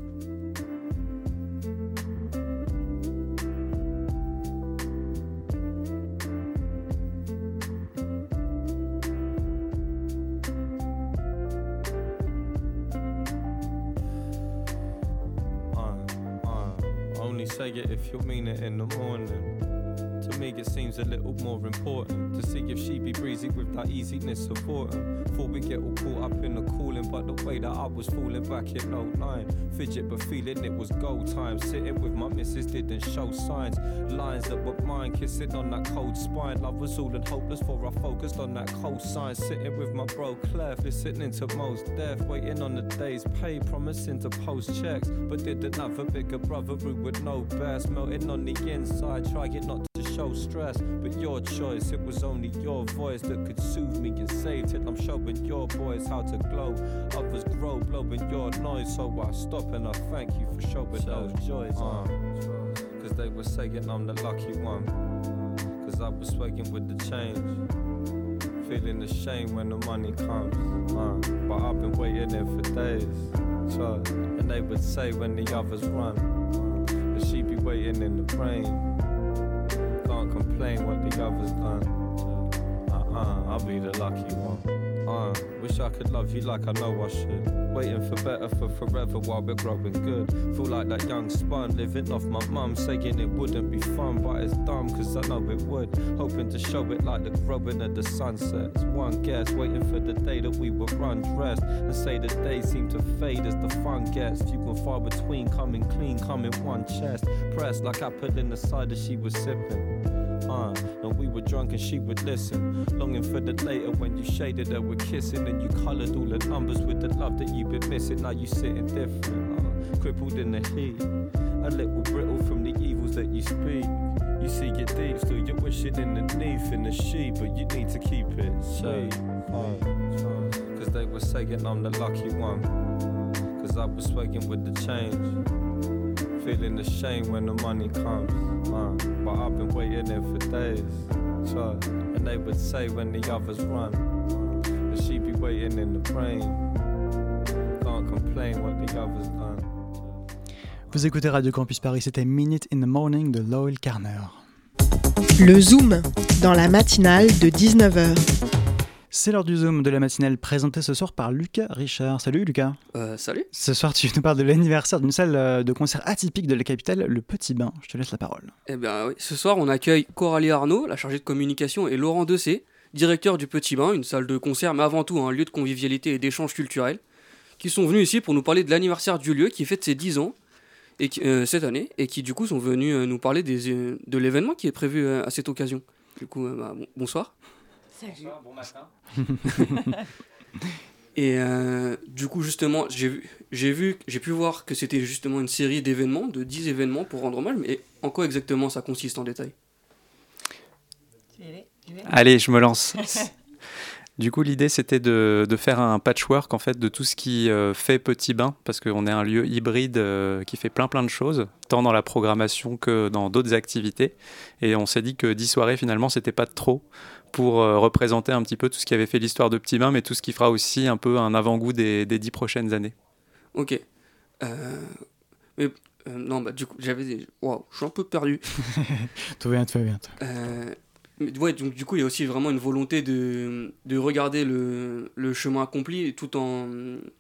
Speaker 4: Say it if you mean it in the morning. To me it seems a little more important to see if she be breezy with that easiness of autumn. Before we get all caught up in the cooling, but the way that I was falling back in oh nine. Fidget but feeling it was go time. Sitting with my missus didn't show signs. Lines that were mine, kissing on that cold spine. Love was all and hopeless for I focused on that cold sign. Sitting with my bro Clef, listening to most death. Waiting on the day's pay, promising to post checks. But didn't have a bigger brother who would know best. Melting on the inside, trying not to show stress, but your choice. It was only your voice that could soothe me and save till I'm showing your boys how to glow. Others grow, blowing your noise, so I stop and I thank you for showing those joys. Uh, Cause they were saying I'm the lucky one, cause I was swaying with the change, feeling ashamed when the money comes. Uh, but I've been waiting there for days, so, and they would say when the others run, that she be waiting in the rain. Can't complain what the others done. Uh-uh, I'll be the lucky one. Uh, wish I could love you like I know I should. Waiting for better for forever while we're growing good. Feel like that young spun living off my mum, saying it wouldn't be fun, but it's dumb cause I know it would. Hoping to show it like the growing of the sunsets. One guess, waiting for the day that we were undressed, and say the days seem to fade as the fun gets. Few and far between, coming clean, coming one chest. Pressed like I put in the cider she was sipping. Uh, and we were drunk and she would listen, longing for the later when you shaded her with kissing, and you coloured all the numbers with the love that you've been missing. Now you sitting different, uh, crippled in the heat, a little brittle from the evils that you speak. You see it deep, still you're wishing underneath in the sheet, but you need to keep it sweet. Uh, Cause they were saying I'm the lucky one, cause I was swaying with the change, feeling ashamed when the money comes. Uh, but I've been waiting there for days, so, and they would say when the others run, that she be waiting in the rain. Can't complain what the others done.
Speaker 2: Vous écoutez Radio Campus Paris, c'était Minute in the Morning de Loyal Carner.
Speaker 5: Le Zoom, dans la matinale de dix-neuf heures.
Speaker 2: C'est l'heure du Zoom de la matinale présenté ce soir par Lucas Richard. Salut Lucas.
Speaker 6: Euh, salut.
Speaker 2: Ce soir tu nous parles de l'anniversaire d'une salle de concert atypique de la capitale, le Petit Bain. Je te laisse la parole.
Speaker 6: Eh bien oui, ce soir on accueille Coralie Arnaud, la chargée de communication, et Laurent Dessé, directeur du Petit Bain, une salle de concert mais avant tout un lieu de convivialité et d'échange culturel, qui sont venus ici pour nous parler de l'anniversaire du lieu qui fête ses dix ans et qui, euh, cette année, et qui du coup sont venus euh, nous parler des, euh, de l'événement qui est prévu euh, à cette occasion. Du coup, euh, bah, bon, bonsoir.
Speaker 7: Salut. Bonsoir, bon matin.
Speaker 6: Et euh, du coup, justement, j'ai vu, j'ai vu, j'ai pu voir que c'était justement une série d'événements, de dix événements pour rendre hommage, mais en quoi exactement ça consiste en détail ?
Speaker 7: Allez, je me lance. Du coup, l'idée, c'était de, de faire un patchwork en fait, de tout ce qui euh, fait Petit Bain, parce qu'on est un lieu hybride euh, qui fait plein plein de choses, tant dans la programmation que dans d'autres activités. Et on s'est dit que dix soirées, finalement, c'était pas trop pour euh, représenter un petit peu tout ce qui avait fait l'histoire de Petit Bain, mais tout ce qui fera aussi un peu un avant-goût des, des dix prochaines années.
Speaker 6: Ok. Euh, mais euh, non, bah du coup, j'avais des... Waouh, je suis un peu perdu.
Speaker 2: Tout va bien, tout va bien.
Speaker 6: Euh, mais ouais, donc du coup, il y a aussi vraiment une volonté de, de regarder le, le chemin accompli tout en,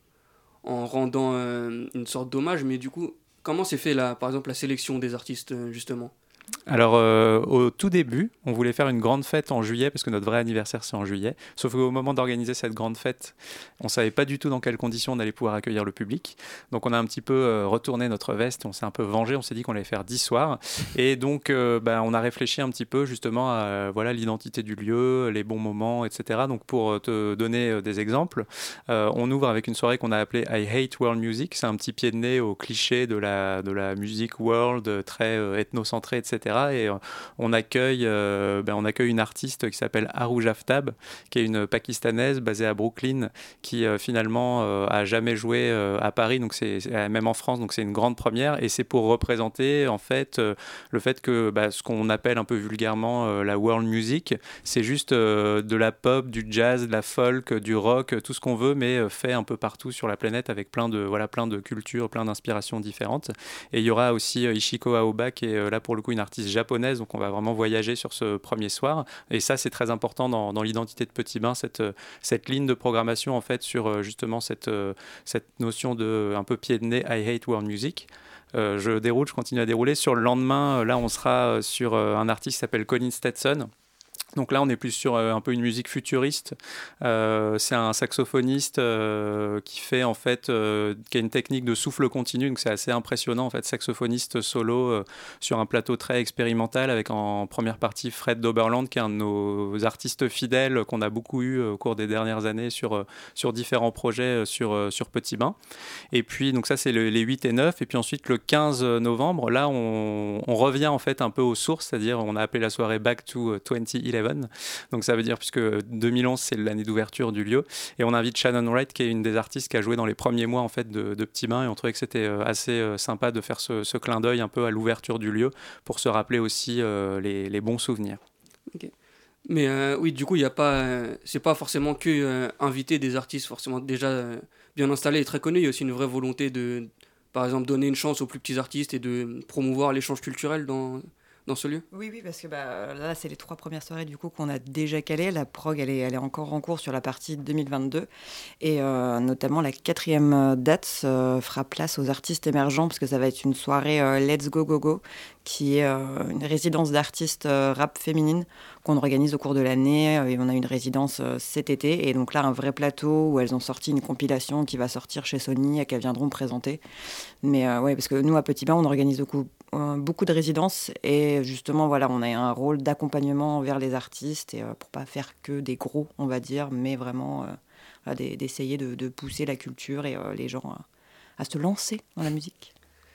Speaker 6: en rendant euh, une sorte d'hommage. Mais du coup, comment s'est fait, la, par exemple, la sélection des artistes, justement ?
Speaker 7: Alors, euh, au tout début, on voulait faire une grande fête en juillet, parce que notre vrai anniversaire, c'est en juillet. Sauf qu'au moment d'organiser cette grande fête, on ne savait pas du tout dans quelles conditions on allait pouvoir accueillir le public. Donc, on a un petit peu euh, retourné notre veste, on s'est un peu vengé, on s'est dit qu'on allait faire dix soirs. Et donc, euh, bah, on a réfléchi un petit peu justement à euh, voilà, l'identité du lieu, les bons moments, et cetera. Donc, pour te donner euh, des exemples, euh, on ouvre avec une soirée qu'on a appelée I Hate World Music. C'est un petit pied de nez au cliché de la, de la musique world, très euh, ethnocentrée, et cetera. Et euh, on accueille, euh, ben, on accueille une artiste qui s'appelle Arouj Aftab, qui est une Pakistanaise basée à Brooklyn, qui euh, finalement euh, a jamais joué euh, à Paris, donc c'est, c'est même en France, donc c'est une grande première. Et c'est pour représenter en fait euh, le fait que bah, ce qu'on appelle un peu vulgairement euh, la world music, c'est juste euh, de la pop, du jazz, de la folk, du rock, tout ce qu'on veut, mais euh, fait un peu partout sur la planète avec plein de voilà plein de cultures, plein d'inspirations différentes. Et il y aura aussi euh, Ishiko Aoba qui est euh, là pour le coup une artiste japonaise, donc on va vraiment voyager sur ce premier soir. Et ça, c'est très important dans, dans l'identité de Petit Bain, cette, cette ligne de programmation en fait sur justement cette, cette notion de un peu pied de nez, I hate world music. Euh, je déroule, je continue à dérouler. Sur le lendemain, là, on sera sur un artiste qui s'appelle Colin Stetson. Donc là, on est plus sur euh, un peu une musique futuriste. Euh, c'est un saxophoniste euh, qui fait en fait, euh, qui a une technique de souffle continu. Donc c'est assez impressionnant en fait, saxophoniste solo euh, sur un plateau très expérimental avec en première partie Fred Doberland, qui est un de nos artistes fidèles qu'on a beaucoup eu au cours des dernières années sur euh, sur différents projets sur euh, sur Petit Bain. Et puis donc ça c'est le, les huit et neuf. Et puis ensuite le quinze novembre, là on, on revient en fait un peu aux sources, c'est-à-dire on a appelé la soirée Back to vingt onze. Donc ça veut dire, puisque deux mille onze c'est l'année d'ouverture du lieu, et on invite Shannon Wright qui est une des artistes qui a joué dans les premiers mois en fait de, de Petit Bain, et on trouvait que c'était assez sympa de faire ce, ce clin d'œil un peu à l'ouverture du lieu pour se rappeler aussi euh, les, les bons souvenirs.
Speaker 6: Okay. Mais euh, oui, du coup il y a pas, euh, c'est pas forcément que euh, inviter des artistes forcément déjà euh, bien installés et très connus. Il y a aussi une vraie volonté de, par exemple, donner une chance aux plus petits artistes et de promouvoir l'échange culturel dans dans ce lieu.
Speaker 8: Oui, oui, parce que bah, là, c'est les trois premières soirées du coup qu'on a déjà calées. La prog, elle est, elle est encore en cours sur la partie deux mille vingt-deux. Et euh, notamment, la quatrième date euh, fera place aux artistes émergents, parce que ça va être une soirée euh, Let's Go Go Go, qui est euh, une résidence d'artistes euh, rap féminines qu'on organise au cours de l'année. Et on a une résidence euh, cet été. Et donc là, un vrai plateau où elles ont sorti une compilation qui va sortir chez Sony et qu'elles viendront présenter. Mais euh, ouais, parce que nous, à Petit Bain, on organise beaucoup, euh, beaucoup de résidences. Et justement, voilà, on a un rôle d'accompagnement vers les artistes et, euh, pour pas faire que des gros, on va dire, mais vraiment euh, voilà, d'essayer de, de pousser la culture et euh, les gens à, à se lancer dans la musique.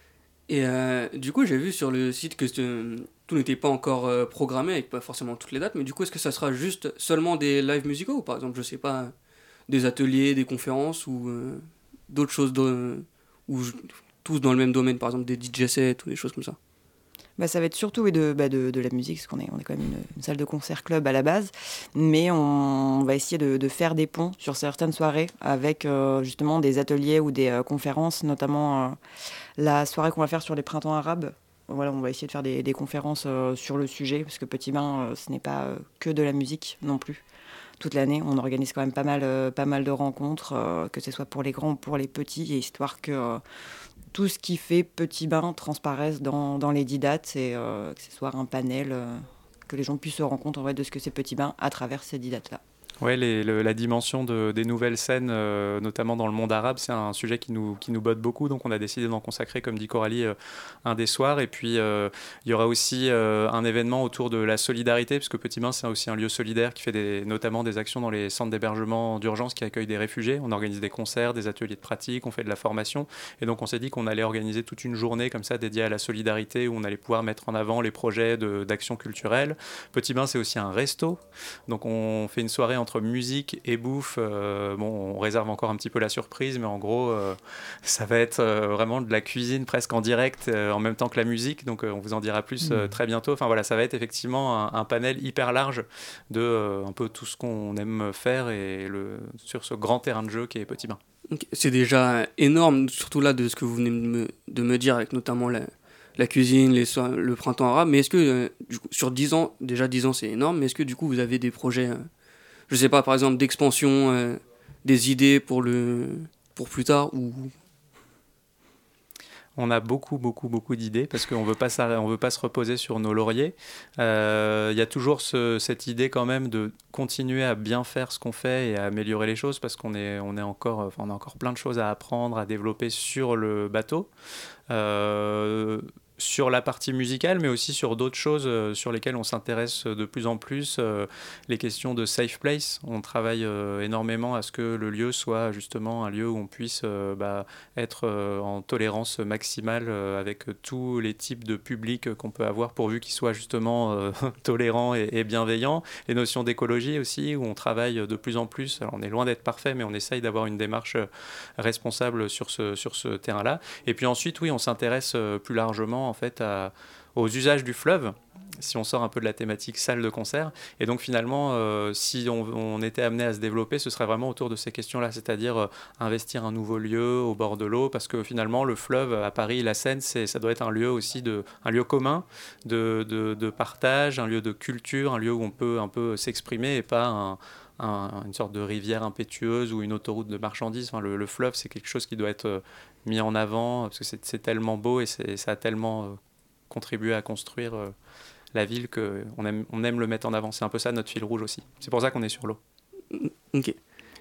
Speaker 6: Et euh, du coup, j'ai vu sur le site que euh, tout n'était pas encore euh, programmé, avec pas forcément toutes les dates, mais du coup, est-ce que ça sera juste seulement des lives musicaux, ou par exemple, je sais pas, des ateliers, des conférences, ou euh, d'autres choses, de, ou tous dans le même domaine, par exemple des D J sets ou des choses comme ça?
Speaker 8: Bah, ça va être surtout de, bah, de, de la musique, parce qu'on est, on est quand même une, une salle de concert club à la base, mais on, on va essayer de, de faire des ponts sur certaines soirées avec euh, justement des ateliers ou des euh, conférences, notamment euh, la soirée qu'on va faire sur les printemps arabes. Voilà, on va essayer de faire des, des conférences euh, sur le sujet, parce que Petit Bain, euh, ce n'est pas euh, que de la musique non plus. Toute l'année, on organise quand même pas mal, euh, pas mal de rencontres, euh, que ce soit pour les grands ou pour les petits, histoire que euh, tout ce qui fait Petit Bain transparaisse dans, dans les dix dates, et euh, que ce soit un panel, euh, que les gens puissent se rendre compte en fait, de ce que c'est Petit Bain à travers ces dix dates-là.
Speaker 7: Oui, la dimension de, des nouvelles scènes, euh, notamment dans le monde arabe, c'est un sujet qui nous, qui nous botte beaucoup. Donc on a décidé d'en consacrer, comme dit Coralie, euh, un des soirs. Et puis euh, il y aura aussi euh, un événement autour de la solidarité, parce que Petit Bain, c'est aussi un lieu solidaire qui fait des, notamment des actions dans les centres d'hébergement d'urgence qui accueillent des réfugiés. On organise des concerts, des ateliers de pratique, on fait de la formation. Et donc on s'est dit qu'on allait organiser toute une journée comme ça dédiée à la solidarité, où on allait pouvoir mettre en avant les projets de, d'action culturelle. Petit Bain, c'est aussi un resto. Donc on fait une soirée entre musique et bouffe. Euh, bon, on réserve encore un petit peu la surprise, mais en gros, euh, ça va être euh, vraiment de la cuisine presque en direct, euh, en même temps que la musique. Donc, euh, on vous en dira plus euh, très bientôt. Enfin voilà, ça va être effectivement un, un panel hyper large de euh, un peu tout ce qu'on aime faire et le, sur ce grand terrain de jeu qui est Petit Bain.
Speaker 6: Okay. C'est déjà énorme, surtout là de ce que vous venez de me, de me dire, avec notamment la, la cuisine, les so- le printemps arabe. Mais est-ce que euh, du coup, sur dix ans, déjà dix ans c'est énorme, mais est-ce que du coup vous avez des projets euh, je sais pas, par exemple, d'expansion, euh, des idées pour, le, pour plus tard ou...
Speaker 7: On a beaucoup, beaucoup, beaucoup d'idées parce qu'on ne veut pas se reposer sur nos lauriers. Il euh, y a toujours ce, cette idée quand même de continuer à bien faire ce qu'on fait et à améliorer les choses parce qu'on est, on est encore, enfin, on a encore plein de choses à apprendre, à développer sur le bateau. Euh, sur la partie musicale, mais aussi sur d'autres choses euh, sur lesquelles on s'intéresse de plus en plus, euh, les questions de safe place. On travaille euh, énormément à ce que le lieu soit justement un lieu où on puisse euh, bah, être euh, en tolérance maximale euh, avec tous les types de publics qu'on peut avoir pourvu qu'ils soient justement euh, tolérants et, et bienveillants. Les notions d'écologie aussi, où on travaille de plus en plus. Alors, on est loin d'être parfait, mais on essaye d'avoir une démarche responsable sur ce, sur ce terrain-là. Et puis ensuite, oui, on s'intéresse euh, plus largement en fait à, aux usages du fleuve, si on sort un peu de la thématique salle de concert. Et donc finalement, euh, si on, on était amené à se développer, ce serait vraiment autour de ces questions-là, c'est-à-dire euh, investir un nouveau lieu au bord de l'eau, parce que finalement, le fleuve à Paris, la Seine, c'est, ça doit être un lieu aussi, de, un lieu commun de, de, de partage, un lieu de culture, un lieu où on peut un peu s'exprimer et pas un, un, une sorte de rivière impétueuse ou une autoroute de marchandises. Enfin, le, le fleuve, c'est quelque chose qui doit être mis en avant, parce que c'est, c'est tellement beau et c'est, ça a tellement euh, contribué à construire euh, la ville qu'on aime, on aime le mettre en avant. C'est un peu ça notre fil rouge aussi. C'est pour ça qu'on est sur l'eau.
Speaker 6: Ok.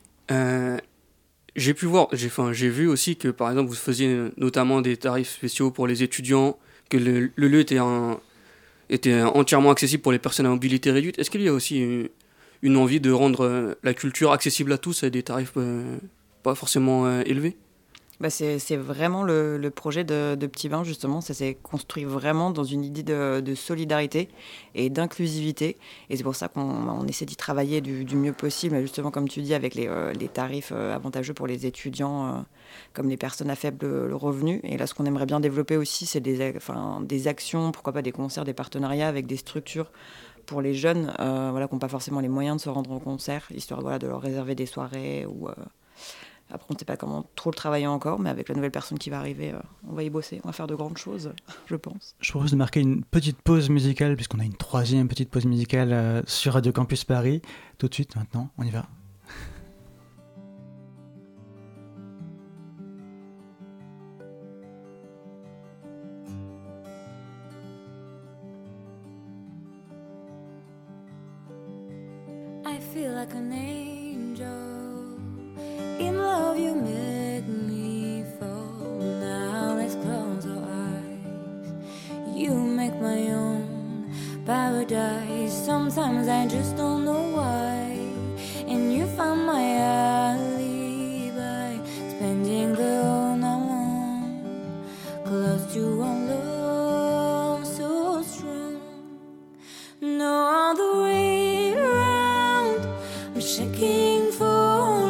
Speaker 6: Euh, j'ai pu voir, j'ai, enfin, j'ai vu aussi que par exemple vous faisiez notamment des tarifs spéciaux pour les étudiants, que le, le lieu était, un, était entièrement accessible pour les personnes à mobilité réduite. Est-ce qu'il y a aussi une, une envie de rendre la culture accessible à tous à des tarifs euh, pas forcément euh, élevés ?
Speaker 8: Bah c'est, c'est vraiment le, le projet de, de Petit Bain, justement. Ça s'est construit vraiment dans une idée de, de solidarité et d'inclusivité. Et c'est pour ça qu'on on essaie d'y travailler du, du mieux possible, justement, comme tu dis, avec les, euh, les tarifs euh, avantageux pour les étudiants, euh, comme les personnes à faible revenu. Et là, ce qu'on aimerait bien développer aussi, c'est des, enfin, des actions, pourquoi pas des concerts, des partenariats avec des structures pour les jeunes euh, voilà, qui n'ont pas forcément les moyens de se rendre au concert, histoire voilà, de leur réserver des soirées ou... Euh, Après, on ne sait pas comment trop le travailler encore, mais avec la nouvelle personne qui va arriver, euh, on va y bosser. On va faire de grandes choses, je pense.
Speaker 2: Je propose de marquer une petite pause musicale, puisqu'on a une troisième petite pause musicale euh, sur Radio Campus Paris. Tout de suite, maintenant, on y va.
Speaker 9: I feel like an angel. In love you make me fall. Now let's close our eyes. You make my own paradise. Sometimes I just don't know why. And you find my alibi, spending the whole night long close to our love so strong. No other way around. I'm shaking for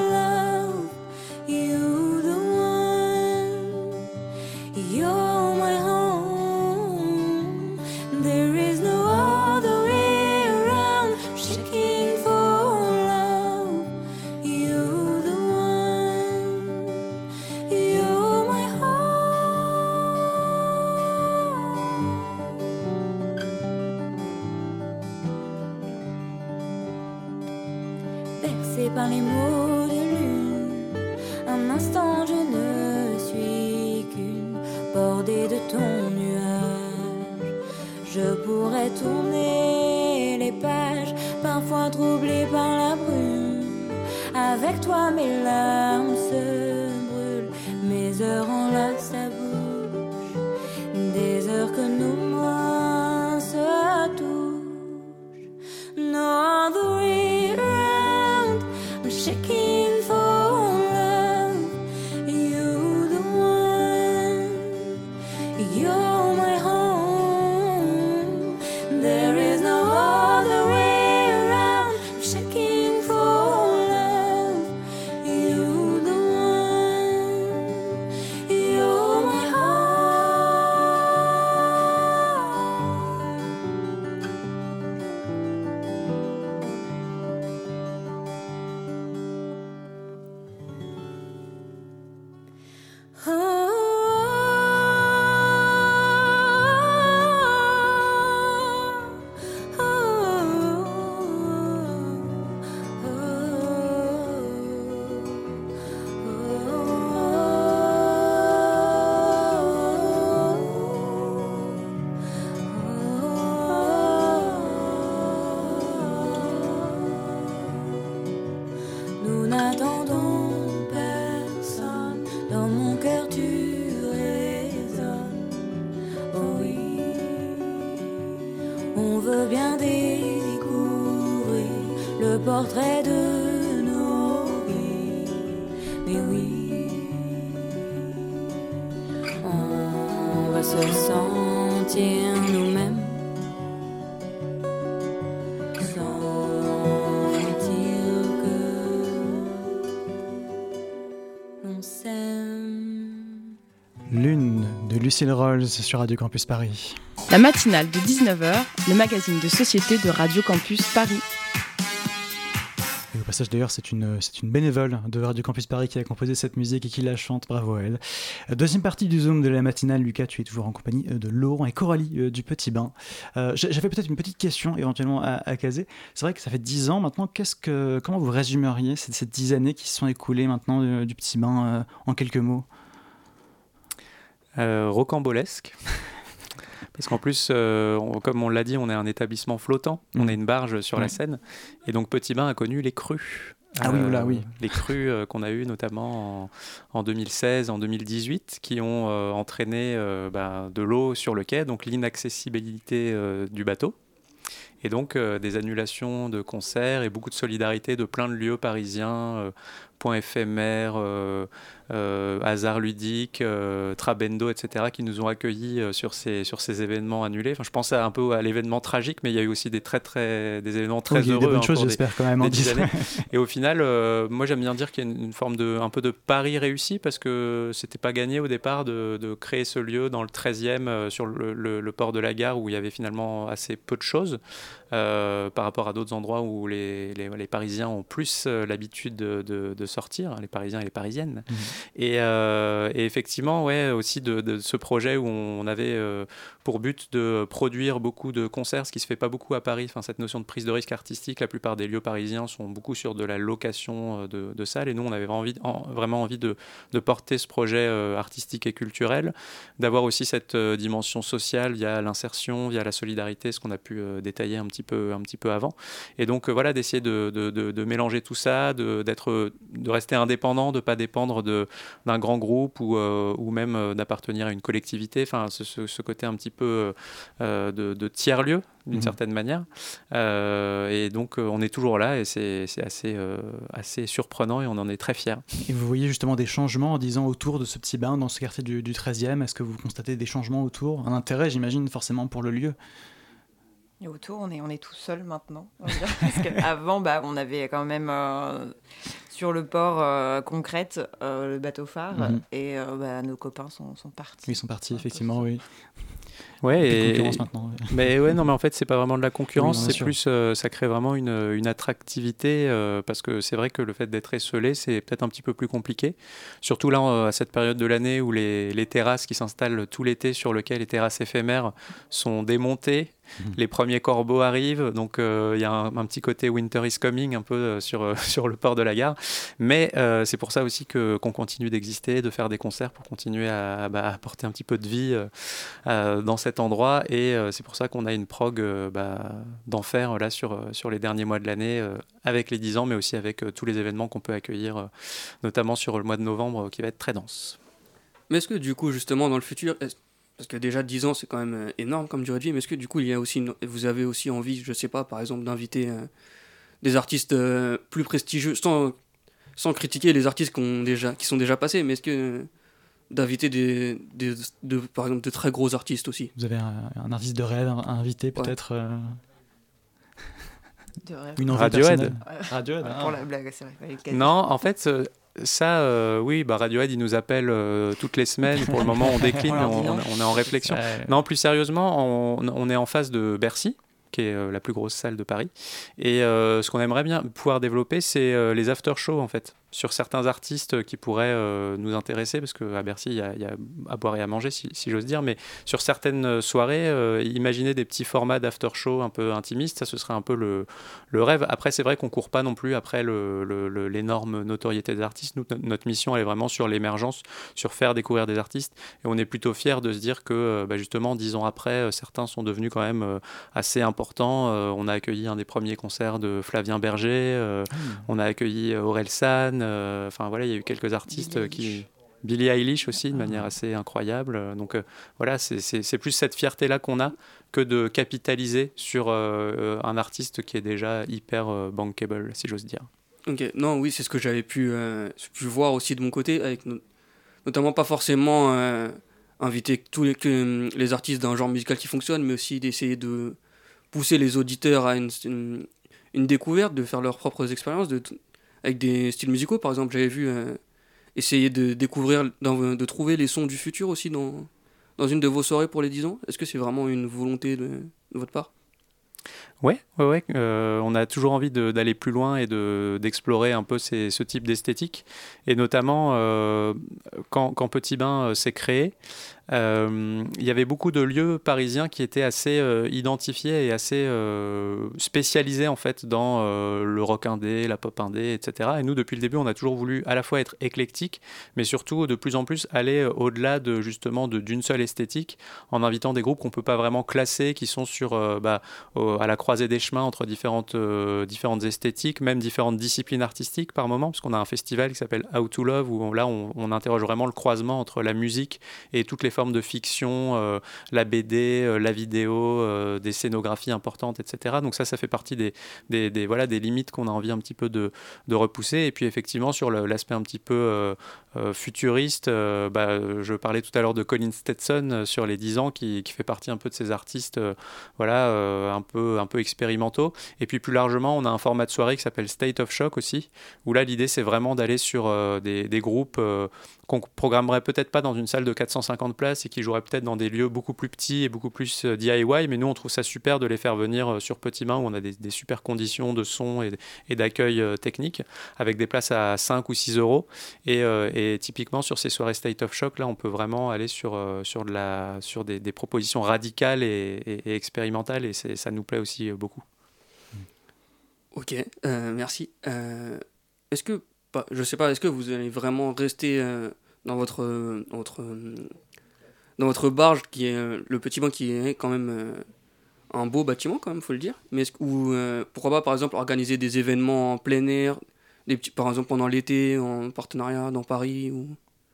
Speaker 9: par les mots de lune. Un instant je ne suis qu'une bordée de ton nuage. Je pourrais tourner les pages, parfois troublée par la brume. Avec toi mes larmes se brûlent, mes heures enlacent ta bouche, des heures que nos mains se touchent. No other way around, I'm shaking for love. You the one, you're my home. There is no other way around, I'm shaking for love. You the one, you're my home. Nous n'attendons personne, dans mon cœur tu résonnes. Oh oui, on veut bien découvrir le portrait de nos vies. Mais oui, on va se sentir nous-mêmes.
Speaker 2: Lune de Lucille Rolls sur Radio Campus Paris.
Speaker 1: La matinale de dix-neuf heures, le magazine de société de Radio Campus Paris.
Speaker 2: Et au passage d'ailleurs, c'est une, c'est une bénévole de Radio Campus Paris qui a composé cette musique et qui la chante, bravo à elle. Deuxième partie du Zoom de la matinale, Lucas, tu es toujours en compagnie de Laurent et Coralie euh, du Petit Bain. Euh, j'avais peut-être une petite question éventuellement à, à caser. C'est vrai que ça fait dix ans maintenant, qu'est-ce que, comment vous résumeriez ces, ces dix années qui se sont écoulées maintenant euh, du Petit Bain euh, en quelques mots?
Speaker 7: Euh, rocambolesque. Parce qu'en plus, euh, on, comme on l'a dit, on est un établissement flottant, mmh. on est une barge sur mmh. la Seine, et donc Petit Bain a connu les crues.
Speaker 2: Ah euh, oui, là, oui.
Speaker 7: Les crues euh, qu'on a eues notamment en, en deux mille seize, en deux mille dix-huit, qui ont euh, entraîné euh, bah, de l'eau sur le quai, donc l'inaccessibilité euh, du bateau. Et donc euh, des annulations de concerts et beaucoup de solidarité de plein de lieux parisiens, euh, Point éphémère, euh, euh, Hasard ludique, euh, Trabendo, et cetera, qui nous ont accueillis euh, sur, ces, sur ces événements annulés. Enfin, je pense à, un peu à l'événement tragique, mais il y a eu aussi des, très, très, des événements très
Speaker 2: oui,
Speaker 7: heureux.
Speaker 2: Des bonnes
Speaker 7: hein,
Speaker 2: choses,
Speaker 7: pour
Speaker 2: j'espère,
Speaker 7: des,
Speaker 2: quand même.
Speaker 7: Des dix années. Et au final, euh, moi j'aime bien dire qu'il y a une, une forme de, un peu de pari réussi, parce que c'était pas gagné au départ de, de créer ce lieu dans le treizième, euh, sur le, le, le port de la Gare, où il y avait finalement assez peu de choses. Euh, par rapport à d'autres endroits où les, les, les Parisiens ont plus euh, l'habitude de, de, de sortir, les Parisiens et les Parisiennes. Mmh. Et, euh, et effectivement, ouais, aussi de, de ce projet où on avait euh, pour but de produire beaucoup de concerts, ce qui ne se fait pas beaucoup à Paris. Enfin, cette notion de prise de risque artistique, la plupart des lieux parisiens sont beaucoup sur de la location de, de salles. Et nous, on avait envie, en, vraiment envie de, de porter ce projet euh, artistique et culturel, d'avoir aussi cette euh, dimension sociale via l'insertion, via la solidarité, ce qu'on a pu euh, détailler un petit peu, un petit peu avant. Et donc, euh, voilà, d'essayer de, de, de, de mélanger tout ça, de, d'être, de rester indépendant, de ne pas dépendre de, d'un grand groupe ou, euh, ou même euh, d'appartenir à une collectivité. Enfin, ce, ce, ce côté un petit peu euh, de, de tiers-lieu, d'une mmh. certaine manière. Euh, et donc, euh, on est toujours là et c'est, c'est assez, euh, assez surprenant et on en est très fiers.
Speaker 2: Et vous voyez justement des changements en disant autour de ce Petit Bain, dans ce quartier du, du treizième, est-ce que vous constatez des changements autour? Un intérêt, j'imagine, forcément pour le lieu?
Speaker 8: Et autour, on est, on est tout seul maintenant. On va dire, parce qu'avant, bah, on avait quand même euh, sur le port euh, Concrète euh, le bateau phare mmh. et euh, bah, nos copains sont, sont partis.
Speaker 2: Oui, ils sont partis, effectivement, oui.
Speaker 7: Ouais,
Speaker 2: et
Speaker 7: concurrence
Speaker 2: maintenant. Ouais.
Speaker 7: Mais ouais, non, mais en fait, c'est pas vraiment de la concurrence, oui, c'est
Speaker 2: sûr.
Speaker 7: plus, euh, ça crée vraiment une, une attractivité euh, parce que c'est vrai que le fait d'être esselé, c'est peut-être un petit peu plus compliqué. Surtout là, euh, à cette période de l'année où les, les terrasses qui s'installent tout l'été, sur lesquelles les terrasses éphémères sont démontées. Mmh. Les premiers corbeaux arrivent, donc il euh, y a un, un petit côté winter is coming un peu euh, sur, euh, sur le port de la Gare. Mais euh, c'est pour ça aussi que, qu'on continue d'exister, de faire des concerts pour continuer à, bah, à apporter un petit peu de vie euh, euh, dans cet endroit. Et euh, c'est pour ça qu'on a une prog euh, bah, d'enfer là, sur, sur les derniers mois de l'année, euh, avec les dix ans, mais aussi avec euh, tous les événements qu'on peut accueillir, euh, notamment sur le mois de novembre, euh, qui va être très dense.
Speaker 6: Mais est-ce que du coup, justement, dans le futur, parce que déjà dix ans, c'est quand même énorme comme durée de vie, mais est-ce que du coup, il y a aussi une... vous avez aussi envie, je sais pas, par exemple, d'inviter euh, des artistes euh, plus prestigieux, sans, sans critiquer les artistes qui, ont déjà, qui sont déjà passés, mais est-ce que euh, d'inviter des, des, de, par exemple, de très gros artistes aussi?
Speaker 2: Vous avez un, un artiste de rêve à inviter, peut-être ouais. euh...
Speaker 8: De rêve.
Speaker 2: Une envie
Speaker 7: Radiohead.
Speaker 2: personnelle. Radiohead.
Speaker 8: Ah. Pour la blague, c'est vrai.
Speaker 7: Non, en fait, euh, ça, euh, oui, bah Radiohead, il nous appelle euh, toutes les semaines. Pour le moment, on décline, mais on, on est en réflexion. Ouais. Non, plus sérieusement, on, on est en face de Bercy, qui est euh, la plus grosse salle de Paris. Et euh, ce qu'on aimerait bien pouvoir développer, c'est euh, les after-shows, en fait, sur certains artistes qui pourraient euh, nous intéresser, parce qu'à Bercy, il y, y a à boire et à manger, si, si j'ose dire, mais sur certaines soirées, euh, imaginer des petits formats d'after-show un peu intimistes, ça, ce serait un peu le, le rêve. Après, c'est vrai qu'on ne court pas non plus après le, le, le, l'énorme notoriété des artistes. Nous, notre mission, elle est vraiment sur l'émergence, sur faire découvrir des artistes, et on est plutôt fiers de se dire que, bah, justement, dix ans après, certains sont devenus quand même euh, assez importants. Euh, on a accueilli un des premiers concerts de Flavien Berger, euh, mmh. on a accueilli Orelsan. Enfin euh, voilà, il y a eu quelques artistes Billie qui... Eilish. Billie Eilish aussi, de manière assez incroyable. Donc euh, voilà, c'est, c'est, c'est plus cette fierté-là qu'on a que de capitaliser sur euh, un artiste qui est déjà hyper euh, bankable, si j'ose dire.
Speaker 6: Ok, non, oui, c'est ce que j'avais pu, euh, pu voir aussi de mon côté, avec no- notamment pas forcément euh, inviter tous les, que, les artistes d'un genre musical qui fonctionne, mais aussi d'essayer de pousser les auditeurs à une, une, une découverte, de faire leurs propres expériences, de avec des styles musicaux, par exemple, j'avais vu euh, essayer de découvrir, de trouver les sons du futur aussi dans, dans une de vos soirées pour les dix ans. Est-ce que c'est vraiment une volonté de, de votre part ?
Speaker 7: Ouais, ouais, ouais. Euh, on a toujours envie de, d'aller plus loin et de, d'explorer un peu ces, ce type d'esthétique. Et notamment, euh, quand, quand Petit Bain euh, s'est créé, euh, il y avait beaucoup de lieux parisiens qui étaient assez euh, identifiés et assez euh, spécialisés en fait dans euh, le rock indé, la pop indé, et cetera. Et nous, depuis le début, on a toujours voulu à la fois être éclectique, mais surtout de plus en plus aller au-delà de justement de, d'une seule esthétique, en invitant des groupes qu'on peut pas vraiment classer, qui sont sur euh, bah, au, à la croisée des chemins entre différentes euh, différentes esthétiques, même différentes disciplines artistiques par moment, parce qu'on a un festival qui s'appelle How to Love où on, là on, on interroge vraiment le croisement entre la musique et toutes les formes de fiction, euh, la B D, euh, la vidéo, euh, des scénographies importantes, et cetera. Donc ça, ça fait partie des, des, des, voilà, des limites qu'on a envie un petit peu de, de repousser. Et puis effectivement, sur le, l'aspect un petit peu euh, euh, futuriste, euh, bah, je parlais tout à l'heure de Colin Stetson euh, sur les dix ans, qui, qui fait partie un peu de ces artistes euh, voilà, euh, un, peu, un peu expérimentaux. Et puis plus largement, on a un format de soirée qui s'appelle State of Shock aussi, où là, l'idée, c'est vraiment d'aller sur euh, des, des groupes euh, qu'on programmerait peut-être pas dans une salle de quatre cent cinquante places et qui joueraient peut-être dans des lieux beaucoup plus petits et beaucoup plus D I Y, mais nous on trouve ça super de les faire venir sur Petit Bain où on a des, des super conditions de son et, et d'accueil euh, technique avec des places à cinq ou six euros et, euh, et typiquement sur ces soirées State of Shock là on peut vraiment aller sur, euh, sur, de la, sur des, des propositions radicales et, et, et expérimentales et c'est, ça nous plaît aussi euh, beaucoup.
Speaker 6: Ok, euh, merci. Euh, est-ce que Bah, je sais pas, est-ce que vous allez vraiment rester euh, dans votre euh, dans votre euh, dans votre barge qui est euh, le Petit Bain qui est quand même euh, un beau bâtiment quand même, faut le dire. Mais est-ce, ou euh, pourquoi pas par exemple organiser des événements en plein air, des petits, par exemple pendant l'été en partenariat dans Paris ou...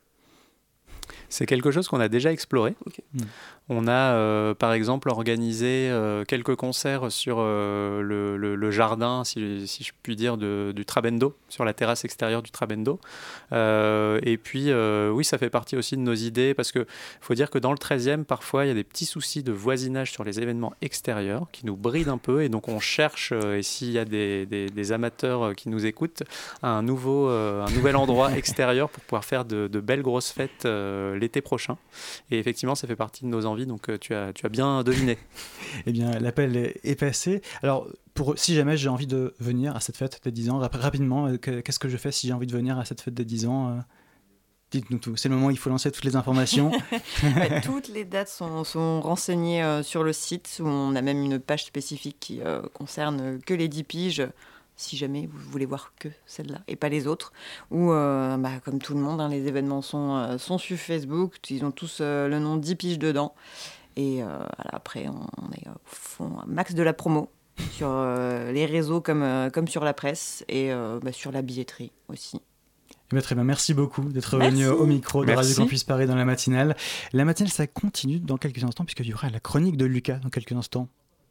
Speaker 7: C'est quelque chose qu'on a déjà exploré.
Speaker 6: Okay.
Speaker 7: Mmh. On a euh, par exemple organisé euh, quelques concerts sur euh, le, le, le jardin, si, si je puis dire, de, du Trabendo, sur la terrasse extérieure du Trabendo. Euh, et puis, euh, oui, ça fait partie aussi de nos idées, parce qu'il faut dire que dans le treizième, parfois, il y a des petits soucis de voisinage sur les événements extérieurs qui nous brident un peu, et donc on cherche, euh, et s'il y a des, des, des amateurs qui nous écoutent, un, nouveau, euh, un nouvel endroit extérieur pour pouvoir faire de, de belles grosses fêtes euh, l'été prochain. Et effectivement, ça fait partie de nos envies. Donc tu as, tu as bien deviné.
Speaker 2: Eh bien, l'appel est, est passé. Alors, pour, si jamais j'ai envie de venir à cette fête des dix ans, rap- rapidement, que, qu'est-ce que je fais si j'ai envie de venir à cette fête des dix ans euh, dites-nous tout. C'est le moment où il faut lancer toutes les informations.
Speaker 8: Ouais, toutes les dates sont, sont renseignées euh, sur le site, où on a même une page spécifique qui euh, concerne que les dix piges. si jamais vous voulez voir que celle-là et pas les autres. Ou, euh, bah, comme tout le monde, hein, les événements sont, euh, sont sur Facebook, ils ont tous euh, le nom dix piges dedans. Et euh, voilà, après, on, on est au fond max de la promo sur euh, les réseaux comme, euh, comme sur la presse et euh, bah, sur la billetterie aussi.
Speaker 2: Eh bien, très bien, merci beaucoup d'être venu au micro de
Speaker 7: Merci.
Speaker 2: Radio Campus Paris dans la matinale. La matinale, ça continue dans quelques instants, puisqu'il y aura la chronique de Lucas dans quelques instants.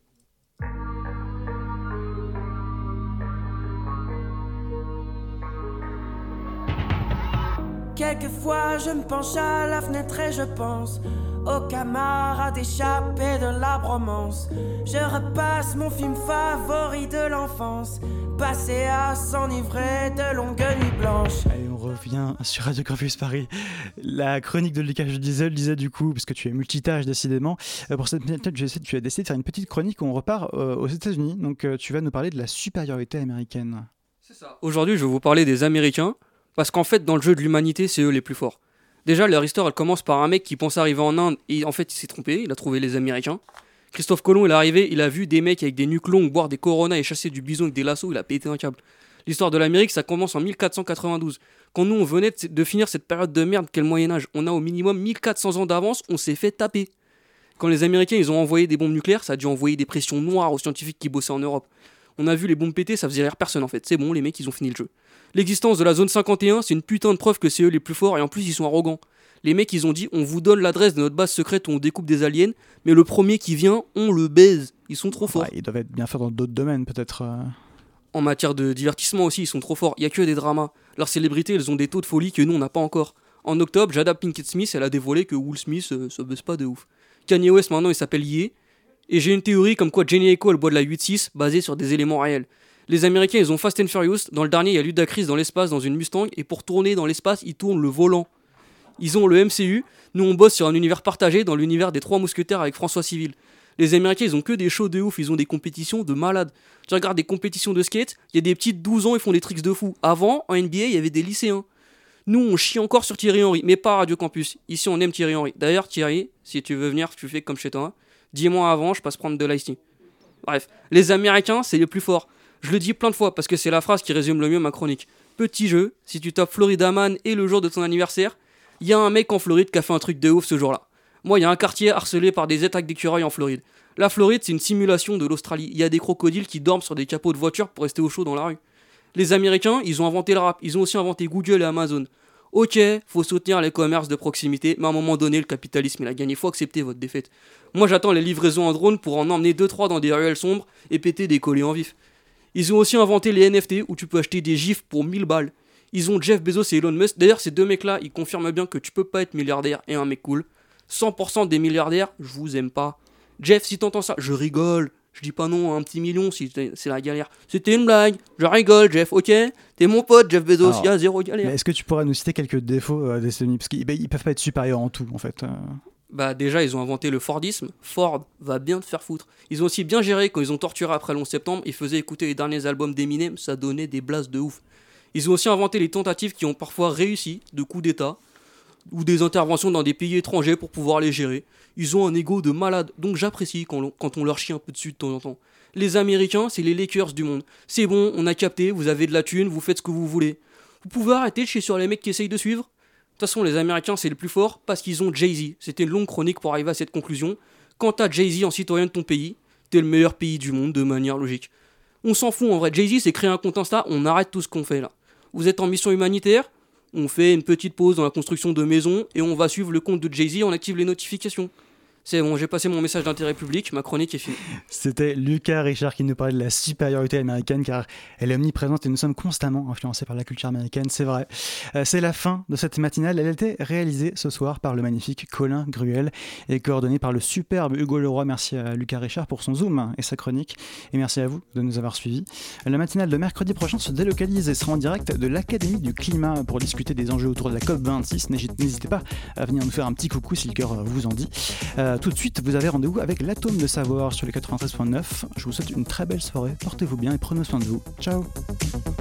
Speaker 10: Quelquefois je me penche à la fenêtre et je pense aux camarades échappés de la bromance. Je repasse mon film favori de l'enfance, passé à s'enivrer de longues nuits blanches.
Speaker 2: Allez, on revient sur Radio Campus Paris. La chronique de Lucas, je disais, le disais du coup, parce que tu es multitâche décidément. Euh, pour cette minute, tu as décidé de faire une petite chronique où on repart euh, aux États-Unis. Donc euh, tu vas nous parler de la supériorité américaine.
Speaker 6: C'est ça. Aujourd'hui, je vais vous parler des Américains. Parce qu'en fait, dans le jeu de l'humanité, c'est eux les plus forts. Déjà, leur histoire, elle commence par un mec qui pense arriver en Inde et en fait, il s'est trompé, il a trouvé les Américains. Christophe Colomb, il est arrivé, il a vu des mecs avec des nuques longues boire des coronas et chasser du bison avec des lassos, il a pété un câble. L'histoire de l'Amérique, ça commence en mille quatre cent quatre-vingt-douze. Quand nous, on venait de finir cette période de merde qu'est le Moyen-Âge, on a au minimum mille quatre cents ans d'avance, on s'est fait taper. Quand les Américains, ils ont envoyé des bombes nucléaires, ça a dû envoyer des pressions noires aux scientifiques qui bossaient en Europe. On a vu les bombes péter, ça faisait rire personne en fait. C'est bon, les mecs, ils ont fini le jeu. L'existence de la zone cinquante et un, c'est une putain de preuve que c'est eux les plus forts et en plus ils sont arrogants. Les mecs ils ont dit on vous donne l'adresse de notre base secrète où on découpe des aliens, mais le premier qui vient, on le baise. Ils sont trop forts.
Speaker 2: Ouais, ils doivent être bien forts dans d'autres domaines peut-être. Euh...
Speaker 6: En matière de divertissement aussi, ils sont trop forts. Il y a que des dramas. Leurs célébrités, elles ont des taux de folie que nous on n'a pas encore. En octobre, Jada Pinkett Smith, elle a dévoilé que Will Smith euh, se baisse pas de ouf. Kanye West maintenant il s'appelle Ye. Et j'ai une théorie comme quoi Jenny Echo elle boit de la huit six basée sur des éléments réels. Les Américains, ils ont Fast and Furious. Dans le dernier, il y a Ludacris dans l'espace, dans une Mustang. Et pour tourner dans l'espace, ils tournent le volant. Ils ont le M C U. Nous, on bosse sur un univers partagé dans l'univers des Trois Mousquetaires avec François Civil. Les Américains, ils ont que des shows de ouf. Ils ont des compétitions de malades. Tu regardes des compétitions de skate, il y a des petits de douze ans, ils font des tricks de fou. Avant, en N B A, il y avait des lycéens. Nous, on chie encore sur Thierry Henry, mais pas à Radio Campus. Ici, on aime Thierry Henry. D'ailleurs, Thierry, si tu veux venir, tu fais comme chez toi. Dis-moi avant, je passe prendre de l'ice tea. Bref, les Américains, c'est les plus forts. Je le dis plein de fois parce que c'est la phrase qui résume le mieux ma chronique. Petit jeu, si tu tapes Florida Man et le jour de ton anniversaire, il y a un mec en Floride qui a fait un truc de ouf ce jour-là. Moi, il y a un quartier harcelé par des attaques d'écureuils en Floride. La Floride, c'est une simulation de l'Australie. Il y a des crocodiles qui dorment sur des capots de voiture pour rester au chaud dans la rue. Les Américains, ils ont inventé le rap. Ils ont aussi inventé Google et Amazon. Ok, faut soutenir les commerces de proximité, mais à un moment donné, le capitalisme, il a gagné. Faut accepter votre défaite. Moi, j'attends les livraisons en drone pour en emmener deux trois dans des ruelles sombres et péter des colis en vif. Ils ont aussi inventé les N F T où tu peux acheter des gifs pour mille balles. Ils ont Jeff Bezos et Elon Musk. D'ailleurs, ces deux mecs-là, ils confirment bien que tu peux pas être milliardaire et un mec cool. cent pour cent des milliardaires, je vous aime pas. Jeff, si t'entends ça, je rigole. Je dis pas non à un petit million si c'est la galère. C'était une blague. Je rigole, Jeff, ok? T'es mon pote, Jeff Bezos, il y a zéro galère.
Speaker 2: Est-ce que tu pourrais nous citer quelques défauts euh, des États-Unis? Parce qu'ils bah, ils peuvent pas être supérieurs en tout, en fait. Euh...
Speaker 6: Bah déjà, ils ont inventé le Fordisme. Ford va bien te faire foutre. Ils ont aussi bien géré quand ils ont torturé après le onze septembre. Ils faisaient écouter les derniers albums d'Eminem, ça donnait des blasts de ouf. Ils ont aussi inventé les tentatives qui ont parfois réussi, de coups d'état, ou des interventions dans des pays étrangers pour pouvoir les gérer. Ils ont un ego de malade, donc j'apprécie quand on, quand on leur chie un peu dessus de temps en temps. Les Américains, c'est les Lakers du monde. C'est bon, on a capté, vous avez de la thune, vous faites ce que vous voulez. Vous pouvez arrêter de chier sur les mecs qui essayent de suivre? De toute façon, les Américains, c'est le plus fort parce qu'ils ont Jay-Z. C'était une longue chronique pour arriver à cette conclusion. Quand t'as Jay-Z en citoyen de ton pays, t'es le meilleur pays du monde de manière logique. On s'en fout en vrai. Jay-Z, c'est créer un compte Insta, on arrête tout ce qu'on fait là. Vous êtes en mission humanitaire, on fait une petite pause dans la construction de maisons et on va suivre le compte de Jay-Z, on active les notifications. C'est bon, j'ai passé mon message d'intérêt public, ma chronique est finie.
Speaker 2: C'était Lucas Richard qui nous parlait de la supériorité américaine car elle est omniprésente et nous sommes constamment influencés par la culture américaine, c'est vrai. Euh, c'est la fin de cette matinale, elle a été réalisée ce soir par le magnifique Colin Gruel et coordonnée par le superbe Hugo Leroy. Merci à Lucas Richard pour son zoom et sa chronique et merci à vous de nous avoir suivis. La matinale de mercredi prochain se délocalise et sera en direct de l'Académie du Climat pour discuter des enjeux autour de la C O P vingt-six. N'hésitez pas à venir nous faire un petit coucou si le cœur vous en dit. Euh, Tout de suite, vous avez rendez-vous avec l'Atome de Savoir sur les quatre-vingt-treize neuf. Je vous souhaite une très belle soirée, portez-vous bien et prenez soin de vous. Ciao.